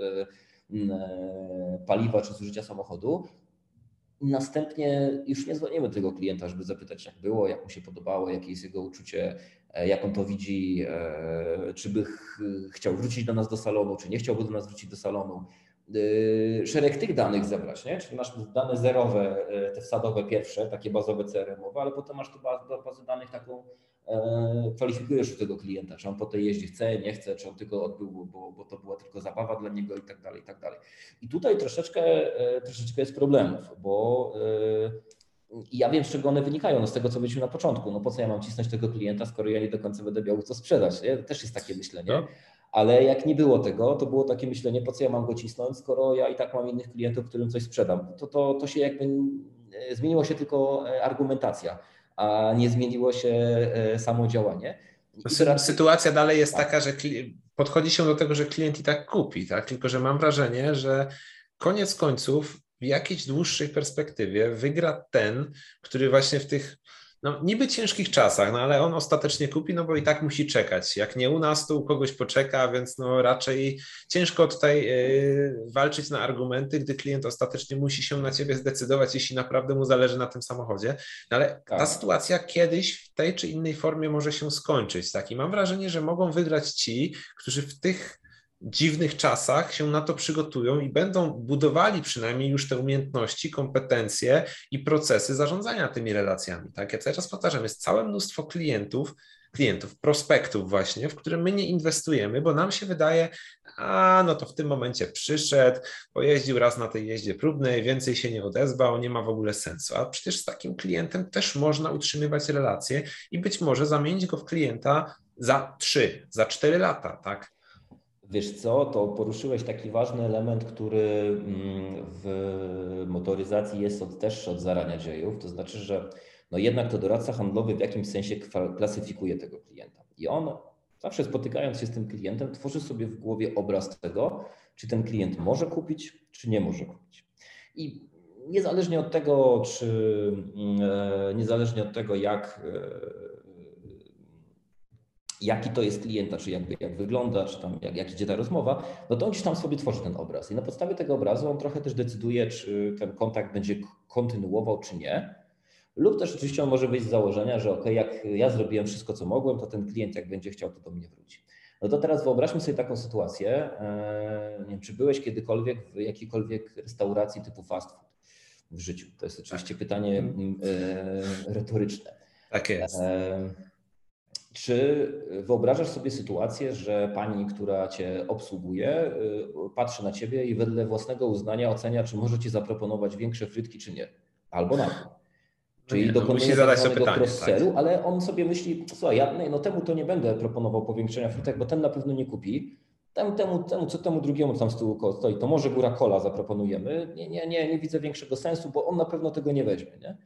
paliwa, czy zużycia samochodu. Następnie już nie dzwonimy tego klienta, żeby zapytać, jak było, jak mu się podobało, jakie jest jego uczucie, jak on to widzi, czy by ch chciał wrócić do nas do salonu, czy nie chciałby do nas wrócić do salonu. Szereg tych danych zebrać, nie? Czyli masz dane zerowe, te wsadowe pierwsze, takie bazowe C R M-owe, ale potem masz tu bazę danych taką, kwalifikujesz już tego klienta, czy on po tej jeździe chce, nie chce, czy on tylko odbył, bo, bo to była tylko zabawa dla niego i tak dalej, i tak dalej. I tutaj troszeczkę, troszeczkę jest problemów, bo ja wiem, z czego one wynikają, no z tego, co powiedzieliśmy na początku. No po co ja mam cisnąć tego klienta, skoro ja nie do końca będę miał co sprzedać, nie? Też jest takie myślenie. No. Ale jak nie było tego, to było takie myślenie, po co ja mam go cisnąć, skoro ja i tak mam innych klientów, którym coś sprzedam. To, to, to się jakby zmieniło się tylko argumentacja, a nie zmieniło się samo działanie. Teraz... Sytuacja dalej jest tak. taka, że podchodzi się do tego, że klient i tak kupi, tak? Tylko że mam wrażenie, że koniec końców w jakiejś dłuższej perspektywie wygra ten, który właśnie w tych no, niby ciężkich czasach, no ale on ostatecznie kupi, no bo i tak musi czekać. Jak nie u nas, to u kogoś poczeka, więc no raczej ciężko tutaj yy, walczyć na argumenty, gdy klient ostatecznie musi się na ciebie zdecydować, jeśli naprawdę mu zależy na tym samochodzie. No, ale ta tak. sytuacja kiedyś w tej czy innej formie może się skończyć. Tak? I mam wrażenie, że mogą wygrać ci, którzy w tych dziwnych czasach się na to przygotują i będą budowali przynajmniej już te umiejętności, kompetencje i procesy zarządzania tymi relacjami. Tak? Ja cały czas powtarzam, jest całe mnóstwo klientów, klientów, prospektów właśnie, w które my nie inwestujemy, bo nam się wydaje, a no to w tym momencie przyszedł, pojeździł raz na tej jeździe próbnej, więcej się nie odezwał, nie ma w ogóle sensu. A przecież z takim klientem też można utrzymywać relacje i być może zamienić go w klienta za trzy, za cztery lata, tak? Wiesz co, to poruszyłeś taki ważny element, który w motoryzacji jest od, też od zarania dziejów, to znaczy, że no jednak to doradca handlowy w jakimś sensie klasyfikuje tego klienta i on zawsze spotykając się z tym klientem tworzy sobie w głowie obraz tego, czy ten klient może kupić, czy nie może kupić. I niezależnie od tego, czy niezależnie od tego, jak jaki to jest klienta, czy jakby jak wygląda, czy tam jak, jak idzie ta rozmowa, no to on gdzieś tam sobie tworzy ten obraz. I na podstawie tego obrazu on trochę też decyduje, czy ten kontakt będzie kontynuował, czy nie. Lub też oczywiście on może wyjść z założenia, że ok, jak ja zrobiłem wszystko, co mogłem, to ten klient jak będzie chciał, to do mnie wróci. No to teraz wyobraźmy sobie taką sytuację. Nie wiem, czy byłeś kiedykolwiek w jakiejkolwiek restauracji typu fast food w życiu? To jest oczywiście tak. pytanie e, retoryczne. Tak jest. E, Czy wyobrażasz sobie sytuację, że pani, która cię obsługuje, patrzy na ciebie i wedle własnego uznania ocenia, czy może ci zaproponować większe frytki, czy nie? Albo na to. Czyli no nie, dokonuje no tak zwanego cross-sellu, tak. ale on sobie myśli, słuchaj, ja no temu to nie będę proponował powiększenia frytek, bo ten na pewno nie kupi. Temu, temu, temu, co temu drugiemu tam z tyłu stoi, to może góra kola zaproponujemy. Nie, nie, nie, nie widzę większego sensu, bo on na pewno tego nie weźmie. Nie?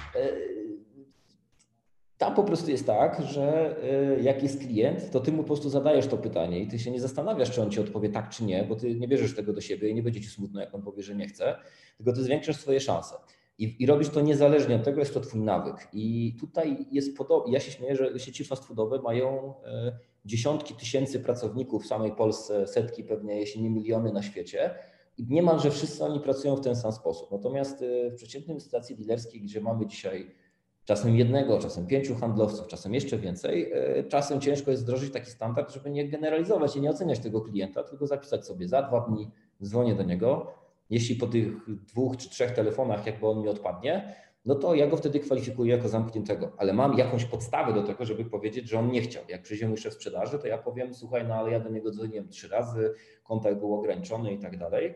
Tam po prostu jest tak, że jak jest klient, to ty mu po prostu zadajesz to pytanie i ty się nie zastanawiasz, czy on ci odpowie tak, czy nie, bo ty nie bierzesz tego do siebie i nie będzie ci smutno, jak on powie, że nie chce, tylko ty zwiększasz swoje szanse. I, I robisz to niezależnie od tego, jest to twój nawyk. I tutaj jest podobnie, ja się śmieję, że sieci fast foodowe mają dziesiątki tysięcy pracowników w samej Polsce, setki pewnie, jeśli nie miliony na świecie. I niemalże wszyscy oni pracują w ten sam sposób. Natomiast w przeciętnej sytuacji dealerskiej, gdzie mamy dzisiaj czasem jednego, czasem pięciu handlowców, czasem jeszcze więcej. Czasem ciężko jest wdrożyć taki standard, żeby nie generalizować i nie oceniać tego klienta, tylko zapisać sobie za dwa dni, dzwonię do niego. Jeśli po tych dwóch czy trzech telefonach jakby on mi odpadnie, no to ja go wtedy kwalifikuję jako zamkniętego. Ale mam jakąś podstawę do tego, żeby powiedzieć, że on nie chciał. Jak przyjdzie mój szef sprzedaży, to ja powiem, słuchaj, no ale ja do niego dzwoniłem trzy razy, kontakt był ograniczony i tak dalej.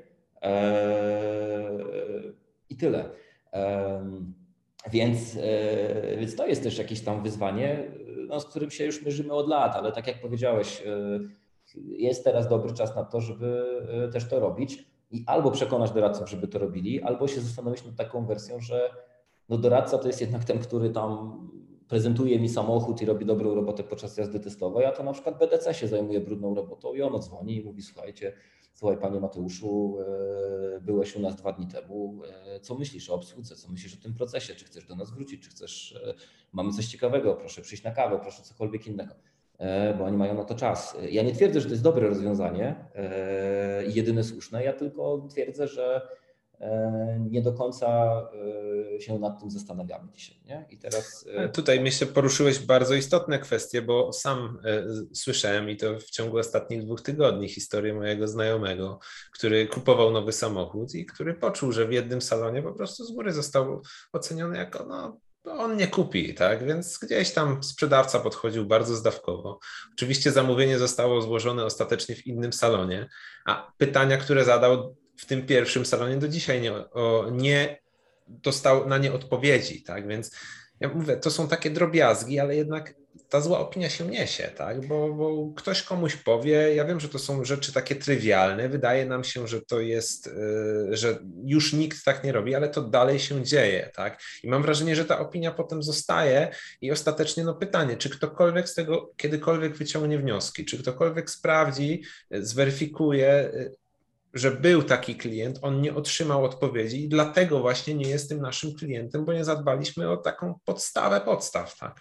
Eee, I tyle. Eee, Więc, więc to jest też jakieś tam wyzwanie, no, z którym się już mierzymy od lat, ale tak jak powiedziałeś, jest teraz dobry czas na to, żeby też to robić i albo przekonać doradców, żeby to robili, albo się zastanowić nad taką wersją, że no doradca to jest jednak ten, który tam prezentuje mi samochód i robi dobrą robotę podczas jazdy testowej, a to na przykład B D C się zajmuje brudną robotą i ono dzwoni i mówi, słuchajcie, słuchaj panie Mateuszu, byłeś u nas dwa dni temu, co myślisz o obsłudze, co myślisz o tym procesie, czy chcesz do nas wrócić, czy chcesz, mamy coś ciekawego, proszę przyjść na kawę, proszę cokolwiek innego, bo oni mają na to czas. Ja nie twierdzę, że to jest dobre rozwiązanie i jedyne słuszne, ja tylko twierdzę, że nie do końca się nad tym zastanawiamy dzisiaj. Nie? I teraz... Tutaj myślę, poruszyłeś bardzo istotne kwestie, bo sam słyszałem i to w ciągu ostatnich dwóch tygodni historię mojego znajomego, który kupował nowy samochód i który poczuł, że w jednym salonie po prostu z góry został oceniony jako no, on nie kupi, tak? Więc gdzieś tam sprzedawca podchodził bardzo zdawkowo. Oczywiście zamówienie zostało złożone ostatecznie w innym salonie, a pytania, które zadał w tym pierwszym salonie do dzisiaj nie, o, nie dostał na nie odpowiedzi, tak? Więc ja mówię, to są takie drobiazgi, ale jednak ta zła opinia się niesie, tak? Bo, bo ktoś komuś powie, ja wiem, że to są rzeczy takie trywialne, wydaje nam się, że to jest, yy, że już nikt tak nie robi, ale to dalej się dzieje, tak? I mam wrażenie, że ta opinia potem zostaje i ostatecznie no pytanie, czy ktokolwiek z tego kiedykolwiek wyciągnie wnioski, czy ktokolwiek sprawdzi, zweryfikuje, yy, że był taki klient, on nie otrzymał odpowiedzi i dlatego właśnie nie jest tym naszym klientem, bo nie zadbaliśmy o taką podstawę podstaw, tak?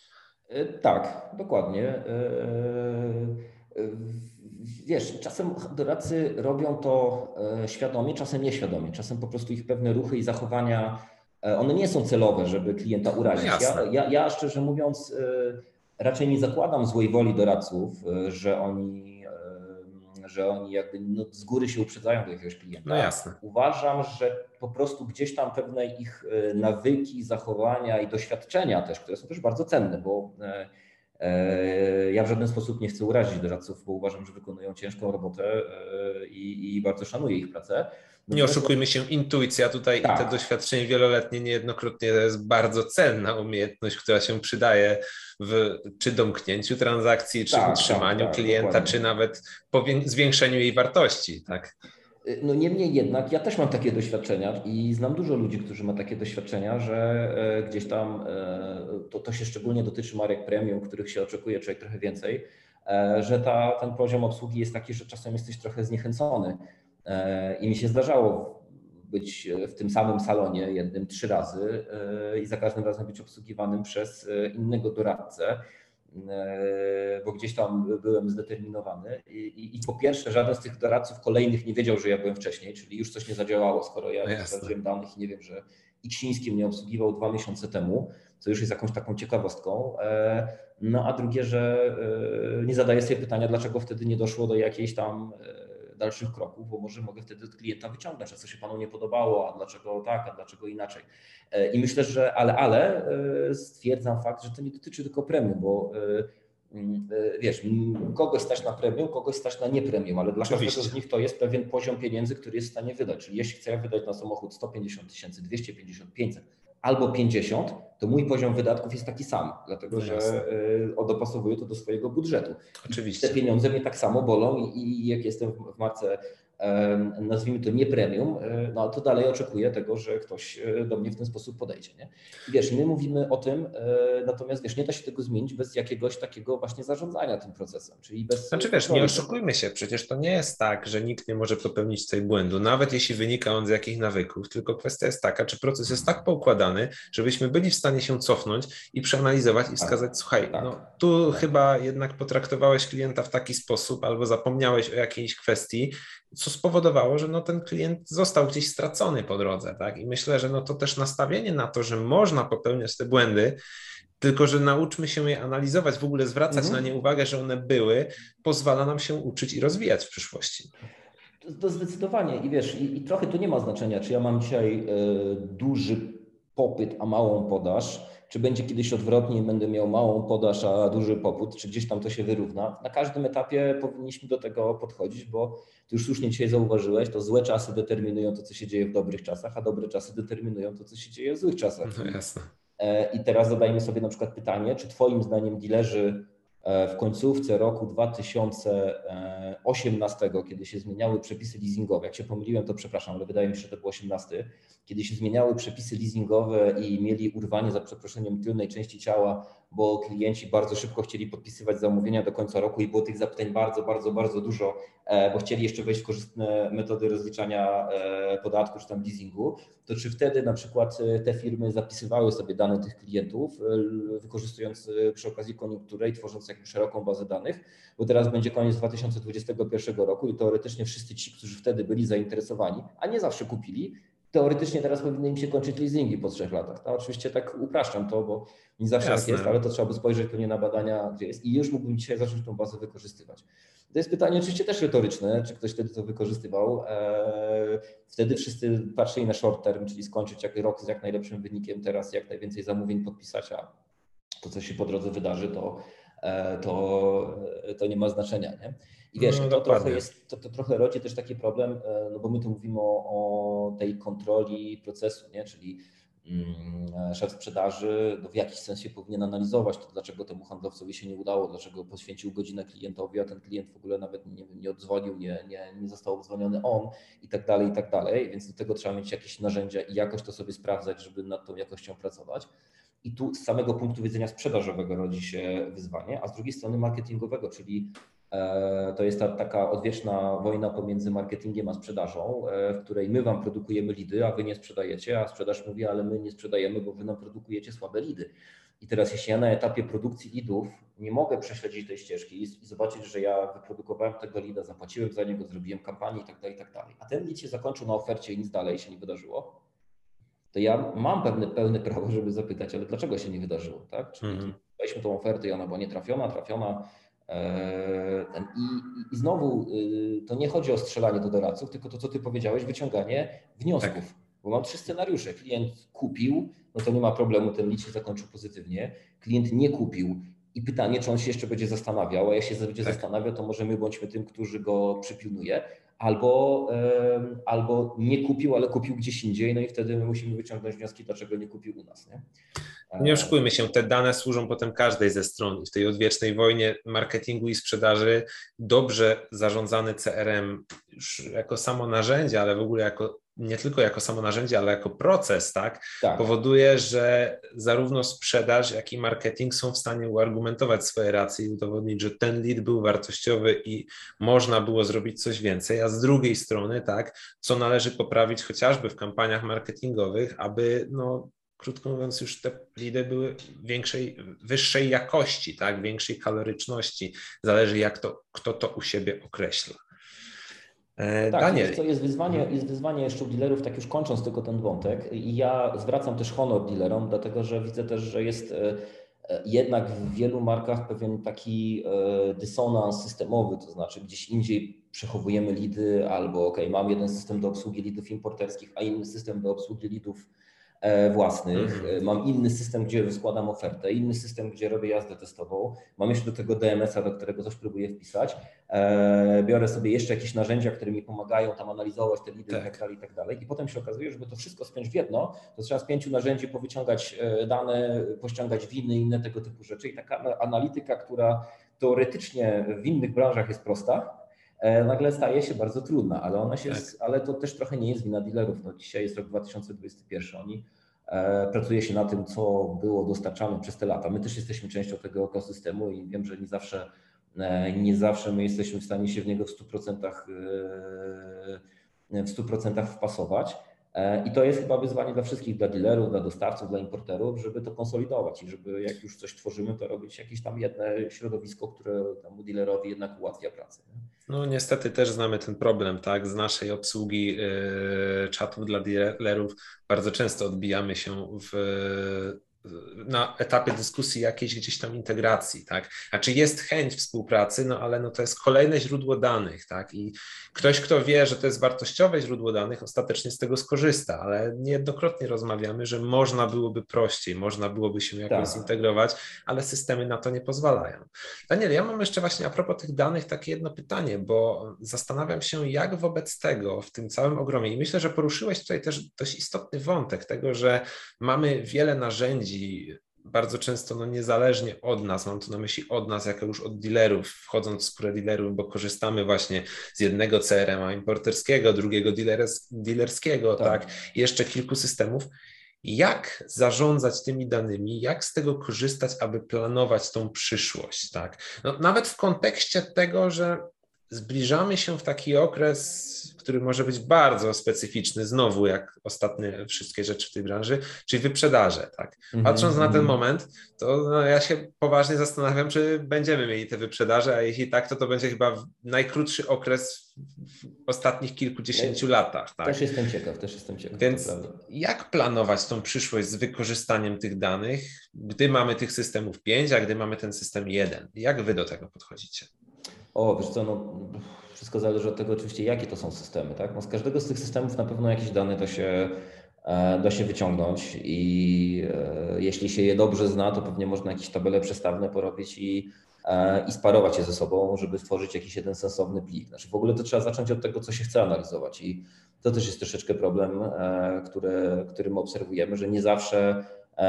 Tak, dokładnie. Wiesz, czasem doradcy robią to świadomie, czasem nieświadomie. Czasem po prostu ich pewne ruchy i zachowania, one nie są celowe, żeby klienta urazić. No ja, ja, ja szczerze mówiąc raczej nie zakładam złej woli doradców, że oni że oni jakby no z góry się uprzedzają do jakiegoś klienta. No jasne. Uważam, że po prostu gdzieś tam pewne ich nawyki, zachowania i doświadczenia też, które są też bardzo cenne, bo ja w żaden sposób nie chcę urazić doradców, bo uważam, że wykonują ciężką robotę i, i bardzo szanuję ich pracę. No nie oszukujmy się, intuicja tutaj tak. I te doświadczenie wieloletnie niejednokrotnie to jest bardzo cenna umiejętność, która się przydaje w czy domknięciu transakcji, czy tak, utrzymaniu tak, tak, klienta, dokładnie. Czy nawet zwiększeniu jej wartości. Tak? No niemniej jednak ja też mam takie doświadczenia i znam dużo ludzi, którzy mają takie doświadczenia, że gdzieś tam, to, to się szczególnie dotyczy marek premium, których się oczekuje człowiek trochę więcej, że ta, ten poziom obsługi jest taki, że czasem jesteś trochę zniechęcony. I mi się zdarzało być w tym samym salonie jednym trzy razy i za każdym razem być obsługiwanym przez innego doradcę, bo gdzieś tam byłem zdeterminowany i, i po pierwsze żaden z tych doradców kolejnych nie wiedział, że ja byłem wcześniej, czyli już coś nie zadziałało, skoro ja nie sprawdziłem danych i nie wiem, że Iksiński mnie obsługiwał dwa miesiące temu, co już jest jakąś taką ciekawostką. No a drugie, że nie zadaję sobie pytania, dlaczego wtedy nie doszło do jakiejś tam dalszych kroków, bo może mogę wtedy od klienta wyciągnąć, a co się panu nie podobało, a dlaczego tak, a dlaczego inaczej. I myślę, że ale, ale stwierdzam fakt, że to nie dotyczy tylko premium, bo wiesz, kogoś stać na premium, kogoś stać na niepremium, ale dla Oczywiście. każdego z nich to jest pewien poziom pieniędzy, który jest w stanie wydać. Czyli jeśli chcę wydać na samochód sto pięćdziesiąt tysięcy, dwieście pięćdziesiąt, pięćset albo pięćdziesiąt, to mój poziom wydatków jest taki sam, dlatego no że dopasowuję to do swojego budżetu. Oczywiście. I te pieniądze mnie tak samo bolą i, i jak jestem w marce, nazwijmy to nie premium, no to dalej oczekuję tego, że ktoś do mnie w ten sposób podejdzie. Nie? I wiesz, my mówimy o tym, natomiast wiesz, nie da się tego zmienić bez jakiegoś takiego właśnie zarządzania tym procesem, czyli bez... Znaczy wiesz, nie oszukujmy się, przecież to nie jest tak, że nikt nie może popełnić tutaj błędu, nawet jeśli wynika on z jakichś nawyków, tylko kwestia jest taka, czy proces jest tak poukładany, żebyśmy byli w stanie się cofnąć i przeanalizować i wskazać, tak, słuchaj, tak, no tu tak. chyba jednak potraktowałeś klienta w taki sposób albo zapomniałeś o jakiejś kwestii, co spowodowało, że no ten klient został gdzieś stracony po drodze, tak? I myślę, że no to też nastawienie na to, że można popełniać te błędy, tylko że nauczmy się je analizować, w ogóle zwracać mhm. na nie uwagę, że one były, pozwala nam się uczyć i rozwijać w przyszłości. To, to zdecydowanie i wiesz, i, i trochę to nie ma znaczenia, czy ja mam dzisiaj y, duży popyt, a małą podaż, czy będzie kiedyś odwrotnie i będę miał małą podaż, a duży popyt, czy gdzieś tam to się wyrówna. Na każdym etapie powinniśmy do tego podchodzić, bo ty już słusznie dzisiaj zauważyłeś, to złe czasy determinują to, co się dzieje w dobrych czasach, a dobre czasy determinują to, co się dzieje w złych czasach. No jasne. I teraz zadajmy sobie na przykład pytanie, czy twoim zdaniem dilerzy w końcówce roku dwa tysiące osiemnastego, kiedy się zmieniały przepisy leasingowe, jak się pomyliłem, to przepraszam, ale wydaje mi się, że to był osiemnasty, kiedy się zmieniały przepisy leasingowe i mieli urwanie za przeproszeniem tylnej części ciała, bo klienci bardzo szybko chcieli podpisywać zamówienia do końca roku i było tych zapytań bardzo, bardzo, bardzo dużo, bo chcieli jeszcze wejść w korzystne metody rozliczania podatku czy tam leasingu, to czy wtedy na przykład te firmy zapisywały sobie dane tych klientów, wykorzystując przy okazji koniunkturę i tworząc jakąś szeroką bazę danych, bo teraz będzie koniec dwa tysiące dwudziestego pierwszego roku i teoretycznie wszyscy ci, którzy wtedy byli zainteresowani, a nie zawsze kupili, teoretycznie teraz powinny im się kończyć leasingi po trzech latach. No, oczywiście tak upraszczam to, bo nie zawsze Jasne. tak jest, ale to trzeba by spojrzeć pewnie na badania, gdzie jest i już mógłbym dzisiaj zacząć tą bazę wykorzystywać. To jest pytanie oczywiście też retoryczne, czy ktoś wtedy to wykorzystywał. Wtedy wszyscy patrzyli na short term, czyli skończyć jak rok z jak najlepszym wynikiem, teraz jak najwięcej zamówień podpisać, a to, co się po drodze wydarzy, to, to, to nie ma znaczenia. Nie? I wiesz, no, to, trochę jest, to, to trochę rodzi też taki problem, no bo my tu mówimy o, o tej kontroli procesu, nie? Czyli mm, szef sprzedaży no w jakiś sensie powinien analizować to, dlaczego temu handlowcowi się nie udało, dlaczego poświęcił godzinę klientowi, a ten klient w ogóle nawet nie, nie oddzwonił, nie, nie, nie został obdzwoniony on i tak dalej, i tak dalej, więc do tego trzeba mieć jakieś narzędzia i jakoś to sobie sprawdzać, żeby nad tą jakością pracować. I tu z samego punktu widzenia sprzedażowego rodzi się wyzwanie, a z drugiej strony marketingowego, czyli to jest ta taka odwieczna wojna pomiędzy marketingiem a sprzedażą, w której my wam produkujemy lidy, a wy nie sprzedajecie, a sprzedaż mówi, ale my nie sprzedajemy, bo wy nam produkujecie słabe lidy. I teraz jeśli ja na etapie produkcji lidów nie mogę prześledzić tej ścieżki i zobaczyć, że ja wyprodukowałem tego lida, zapłaciłem za niego, zrobiłem kampanię i tak dalej, i tak dalej, a ten lid się zakończył na ofercie i nic dalej się nie wydarzyło, to ja mam pewne, pełne prawo, żeby zapytać, ale dlaczego się nie wydarzyło, tak? Czyli mm. weźmy tą ofertę i ona była nietrafiona, trafiona, I, I znowu to nie chodzi o strzelanie do doradców, tylko to, co ty powiedziałeś, wyciąganie wniosków. Tak. Bo mam trzy scenariusze. Klient kupił, no to nie ma problemu, ten lead się zakończył pozytywnie. Klient nie kupił i pytanie, czy on się jeszcze będzie zastanawiał, a jak się będzie tak. zastanawiał, to może my bądźmy tym, którzy go przypilnuje. Albo, albo nie kupił, ale kupił gdzieś indziej, no i wtedy my musimy wyciągnąć wnioski, dlaczego nie kupił u nas. Nie? Nie oszukujmy się, te dane służą potem każdej ze stron. W tej odwiecznej wojnie marketingu i sprzedaży dobrze zarządzany C R M już jako samo narzędzie, ale w ogóle jako nie tylko jako samo narzędzie, ale jako proces, tak, Tak. powoduje, że zarówno sprzedaż, jak i marketing są w stanie uargumentować swoje racje i udowodnić, że ten lead był wartościowy i można było zrobić coś więcej, a z drugiej strony, tak, co należy poprawić chociażby w kampaniach marketingowych, aby no krótko mówiąc, już te lidy były większej, wyższej jakości, tak, większej kaloryczności. Zależy, jak to, kto to u siebie określa. E, Tak, Daniel. jest, to jest wyzwanie, jest wyzwanie jeszcze u dealerów, tak już kończąc tylko ten wątek. I ja zwracam też honor dealerom, dlatego że widzę też, że jest jednak w wielu markach pewien taki dysonans systemowy, to znaczy gdzieś indziej przechowujemy lidy albo ok, mam jeden system do obsługi lidów importerskich, a inny system do obsługi lidów własnych. Mm-hmm. Mam inny system, gdzie składam ofertę, inny system, gdzie robię jazdę testową. Mam jeszcze do tego D M S a, do którego coś próbuję wpisać. Biorę sobie jeszcze jakieś narzędzia, które mi pomagają tam analizować te lidy tak. i tak dalej, i tak dalej. I potem się okazuje, żeby to wszystko spiąć w jedno, to trzeba z pięciu narzędzi powyciągać dane, pościągać winy i inne tego typu rzeczy. I taka analityka, która teoretycznie w innych branżach jest prosta, nagle staje się bardzo trudna, ale ona się, tak. jest, ale to też trochę nie jest wina dealerów. No, dzisiaj jest rok dwa tysiące dwudziesty pierwszy. Oni e, pracuje się na tym, co było dostarczane przez te lata. My też jesteśmy częścią tego ekosystemu i wiem, że nie zawsze, e, nie zawsze my jesteśmy w stanie się w niego w stu procentach, e, w stu procentach wpasować. I to jest chyba wyzwanie dla wszystkich, dla dealerów, dla dostawców, dla importerów, żeby to konsolidować i żeby jak już coś tworzymy, to robić jakieś tam jedno środowisko, które temu dealerowi jednak ułatwia pracę. Nie? No niestety też znamy ten problem, tak? Z naszej obsługi yy, czatów dla dealerów bardzo często odbijamy się w na etapie dyskusji jakiejś gdzieś tam integracji, tak? Znaczy jest chęć współpracy, no ale no to jest kolejne źródło danych, tak? I ktoś, kto wie, że to jest wartościowe źródło danych, ostatecznie z tego skorzysta, ale niejednokrotnie rozmawiamy, że można byłoby prościej, można byłoby się jakoś tak. zintegrować, ale systemy na to nie pozwalają. Daniel, ja mam jeszcze właśnie a propos tych danych takie jedno pytanie, bo zastanawiam się, jak wobec tego w tym całym ogromie, i myślę, że poruszyłeś tutaj też dość istotny wątek tego, że mamy wiele narzędzi, bardzo często no niezależnie od nas, mam tu na myśli od nas, jako już od dealerów, wchodząc w skórę dealerów, bo korzystamy właśnie z jednego C R M a importerskiego, drugiego dealers, dealerskiego, tak. tak, jeszcze kilku systemów. Jak zarządzać tymi danymi, jak z tego korzystać, aby planować tą przyszłość, tak? No, nawet w kontekście tego, że zbliżamy się w taki okres, który może być bardzo specyficzny, znowu jak ostatnie wszystkie rzeczy w tej branży, czyli wyprzedaże. Tak? Patrząc mm-hmm. na ten moment, to no, ja się poważnie zastanawiam, czy będziemy mieli te wyprzedaże, a jeśli tak, to to będzie chyba najkrótszy okres w ostatnich kilkudziesięciu ja latach. Tak? Też jestem ciekaw, też jestem ciekaw. Więc jak planować tą przyszłość z wykorzystaniem tych danych, gdy mamy tych systemów pięć, a gdy mamy ten system jeden? Jak wy do tego podchodzicie? O, wiesz co, no, wszystko zależy od tego oczywiście, jakie to są systemy, tak? No, z każdego z tych systemów na pewno jakieś dane da się, da się wyciągnąć i e, jeśli się je dobrze zna, to pewnie można jakieś tabele przestawne porobić i, e, i sparować je ze sobą, żeby stworzyć jakiś jeden sensowny plik. Znaczy w ogóle to trzeba zacząć od tego, co się chce analizować i to też jest troszeczkę problem, e, który, którym obserwujemy, że nie zawsze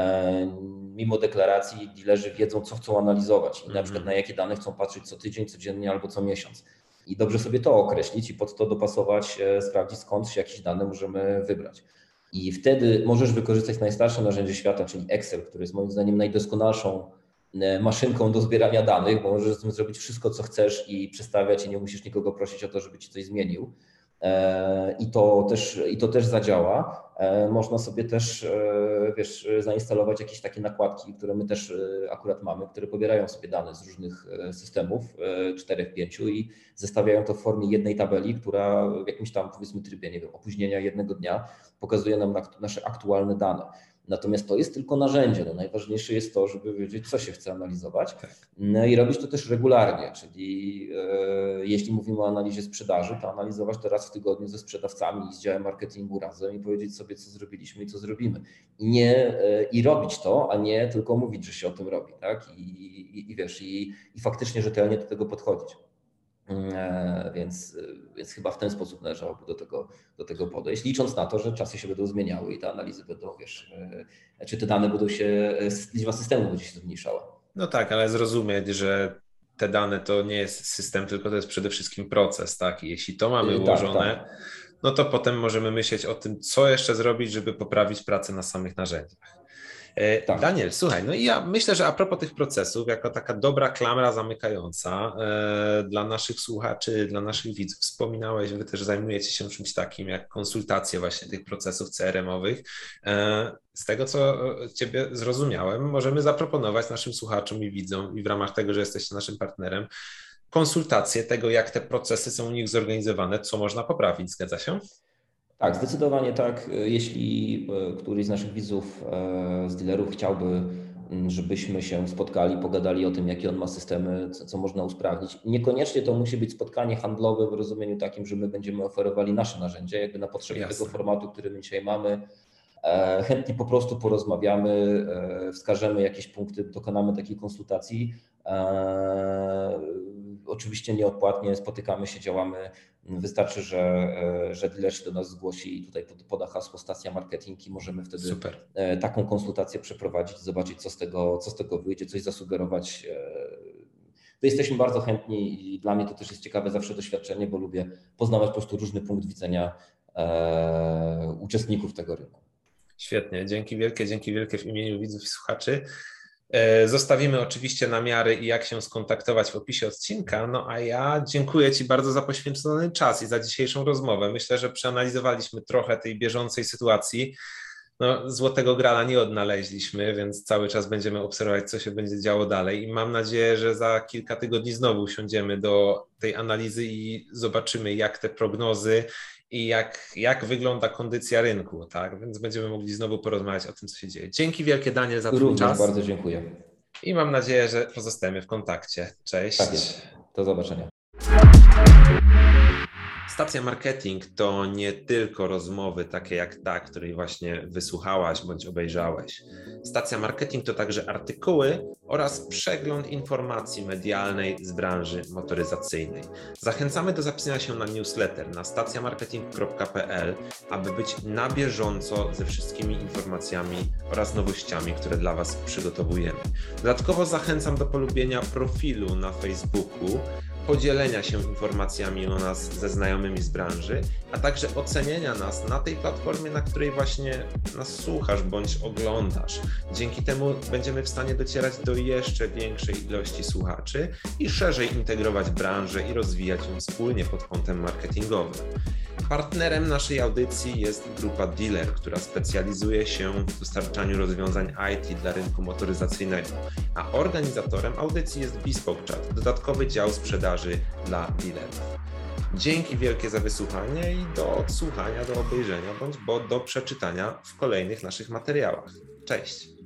mimo deklaracji dealerzy wiedzą, co chcą analizować i na przykład na jakie dane chcą patrzeć co tydzień, codziennie albo co miesiąc. I dobrze sobie to określić i pod to dopasować, sprawdzić skąd się jakieś dane możemy wybrać. I wtedy możesz wykorzystać najstarsze narzędzie świata, czyli Excel, który jest moim zdaniem najdoskonalszą maszynką do zbierania danych, bo możesz z tym zrobić wszystko, co chcesz i przestawiać i nie musisz nikogo prosić o to, żeby ci coś zmienił. I to też, i to też zadziała. Można sobie też, wiesz, zainstalować jakieś takie nakładki, które my też akurat mamy, które pobierają sobie dane z różnych systemów, czterech, pięciu i zestawiają to w formie jednej tabeli, która w jakimś tam powiedzmy trybie, nie wiem, opóźnienia jednego dnia pokazuje nam nasze aktualne dane. Natomiast to jest tylko narzędzie. No, najważniejsze jest to, żeby wiedzieć, co się chce analizować no i robić to też regularnie, czyli e, jeśli mówimy o analizie sprzedaży, to analizować to raz w tygodniu ze sprzedawcami i z działem marketingu razem i powiedzieć sobie, co zrobiliśmy i co zrobimy. I, nie, e, i robić to, a nie tylko mówić, że się o tym robi. Tak? I, i, i wiesz, i, i faktycznie rzetelnie do tego podchodzić. Więc, więc chyba w ten sposób należałoby do tego, do tego podejść, licząc na to, że czasy się będą zmieniały i te analizy będą, wiesz, czy te dane będą się, liczba systemu będzie się zmniejszała. No tak, ale zrozumieć, że te dane to nie jest system, tylko to jest przede wszystkim proces, tak? I jeśli to mamy ułożone, tak, tak. no to potem możemy myśleć o tym, co jeszcze zrobić, żeby poprawić pracę na samych narzędziach. Tak. Daniel, słuchaj, no i ja myślę, że a propos tych procesów, jako taka dobra klamra zamykająca e, dla naszych słuchaczy, dla naszych widzów, wspominałeś, wy też zajmujecie się czymś takim jak konsultacje właśnie tych procesów C R M-owych. E, z tego, co ciebie zrozumiałem, możemy zaproponować naszym słuchaczom i widzom i w ramach tego, że jesteście naszym partnerem, konsultacje tego, jak te procesy są u nich zorganizowane, co można poprawić, zgadza się? Tak, zdecydowanie tak. Jeśli któryś z naszych widzów, z dealerów chciałby, żebyśmy się spotkali, pogadali o tym, jakie on ma systemy, co, co można usprawnić. Niekoniecznie to musi być spotkanie handlowe w rozumieniu takim, że my będziemy oferowali nasze narzędzie, jakby na potrzeby Jasne. tego formatu, który my dzisiaj mamy. Chętnie po prostu porozmawiamy, wskażemy jakieś punkty, dokonamy takiej konsultacji. Oczywiście nieodpłatnie spotykamy się, działamy. Wystarczy, że, że dealer się do nas zgłosi i tutaj poda hasło stacja marketing i możemy wtedy Super. taką konsultację przeprowadzić, zobaczyć, co z tego, co z tego wyjdzie, coś zasugerować. To jesteśmy bardzo chętni i dla mnie to też jest ciekawe zawsze doświadczenie, bo lubię poznawać po prostu różny punkt widzenia e, uczestników tego rynku. Świetnie, dzięki wielkie, dzięki wielkie w imieniu widzów i słuchaczy. Zostawimy oczywiście namiary i jak się skontaktować w opisie odcinka, no a ja dziękuję Ci bardzo za poświęcony czas i za dzisiejszą rozmowę. Myślę, że przeanalizowaliśmy trochę tej bieżącej sytuacji. No, złotego grala nie odnaleźliśmy, więc cały czas będziemy obserwować, co się będzie działo dalej i mam nadzieję, że za kilka tygodni znowu usiądziemy do tej analizy i zobaczymy, jak te prognozy i jak, jak wygląda kondycja rynku, tak? Więc będziemy mogli znowu porozmawiać o tym, co się dzieje. Dzięki wielkie, Daniel, za twój czas. Bardzo dziękuję. I mam nadzieję, że pozostajemy w kontakcie. Cześć. Tak jest. Do zobaczenia. Stacja Marketing to nie tylko rozmowy takie jak ta, której właśnie wysłuchałaś bądź obejrzałeś. Stacja Marketing to także artykuły oraz przegląd informacji medialnej z branży motoryzacyjnej. Zachęcamy do zapisania się na newsletter na stacja marketing kropka p l, aby być na bieżąco ze wszystkimi informacjami oraz nowościami, które dla Was przygotowujemy. Dodatkowo zachęcam do polubienia profilu na Facebooku, podzielenia się informacjami o nas ze znajomymi z branży, a także ocenienia nas na tej platformie, na której właśnie nas słuchasz bądź oglądasz. Dzięki temu będziemy w stanie docierać do jeszcze większej ilości słuchaczy i szerzej integrować branżę i rozwijać ją wspólnie pod kątem marketingowym. Partnerem naszej audycji jest grupa Dealer, która specjalizuje się w dostarczaniu rozwiązań I T dla rynku motoryzacyjnego, a organizatorem audycji jest Bespoke Chat, dodatkowy dział sprzedaży dla dealerów. Dzięki wielkie za wysłuchanie i do odsłuchania, do obejrzenia bądź do przeczytania w kolejnych naszych materiałach. Cześć!